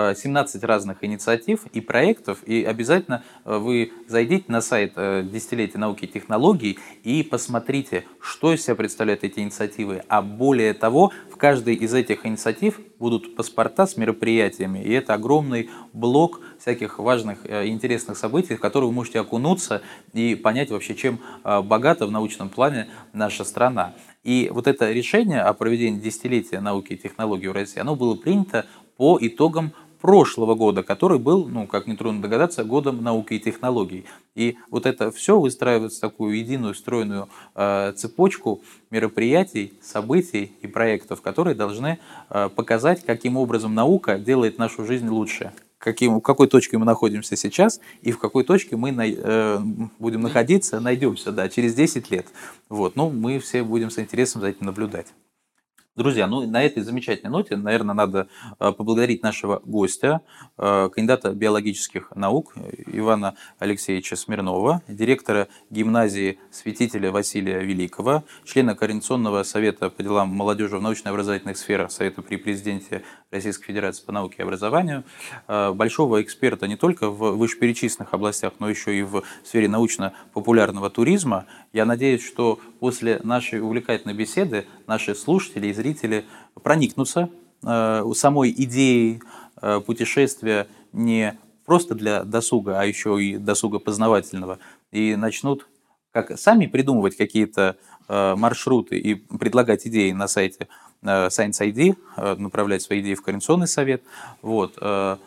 17 разных инициатив и проектов, и обязательно вы зайдите на сайт Десятилетия науки и технологий и посмотрите, что из себя представляют эти инициативы, а более того, в каждой из этих инициатив будут паспорта с мероприятиями, и это огромный блок всяких важных и интересных событий, в которые вы можете окунуться и понять вообще, чем богата в научном плане наша страна. И вот это решение о проведении десятилетия науки и технологий в России, оно было принято по итогам прошлого года, который был, ну, как нетрудно догадаться, годом науки и технологий. И вот это все выстраивается в такую единую стройную цепочку мероприятий, событий и проектов, которые должны показать, каким образом наука делает нашу жизнь лучше. В какой точке мы находимся сейчас и в какой точке мы будем находиться, найдемся, да, через 10 лет. Вот. Ну, мы все будем с интересом за этим наблюдать. Друзья, ну на этой замечательной ноте, наверное, надо поблагодарить нашего гостя, кандидата биологических наук Ивана Алексеевича Смирнова, директора гимназии святителя Василия Великого, члена Координационного совета по делам молодежи в научно-образовательных сферах Совета при президенте Российской Федерации по науке и образованию, большого эксперта не только в вышеперечисленных областях, но еще и в сфере научно-популярного туризма. Я надеюсь, что после нашей увлекательной беседы наши слушатели и зрители проникнутся самой идеей путешествия не просто для досуга, а еще и досуга познавательного, и начнут как сами придумывать какие-то маршруты и предлагать идеи на сайте Science ID, направлять свои идеи в Координационный совет, вот,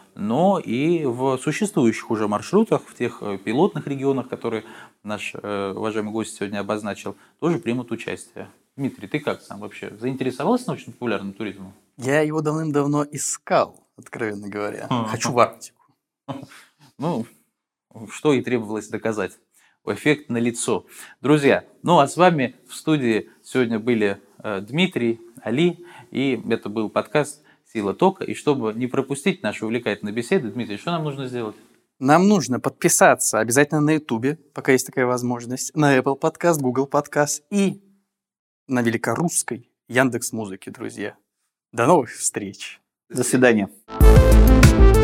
но и в существующих уже маршрутах, в тех пилотных регионах, которые наш уважаемый гость сегодня обозначил, тоже примут участие. Дмитрий, ты как сам вообще? Заинтересовался научно-популярным туризмом? Я его давным-давно искал, откровенно говоря. Хочу в Арктику. Ну, что и требовалось доказать. Эффект налицо. Друзья, ну а с вами в студии сегодня были Дмитрий, Али, и это был подкаст «Сила тока». И чтобы не пропустить наши увлекательные беседы, Дмитрий, что нам нужно сделать? Нам нужно подписаться обязательно на YouTube, пока есть такая возможность, на Apple Podcast, Google Podcast и на великорусской Яндекс.Музыке, друзья. До новых встреч. До свидания.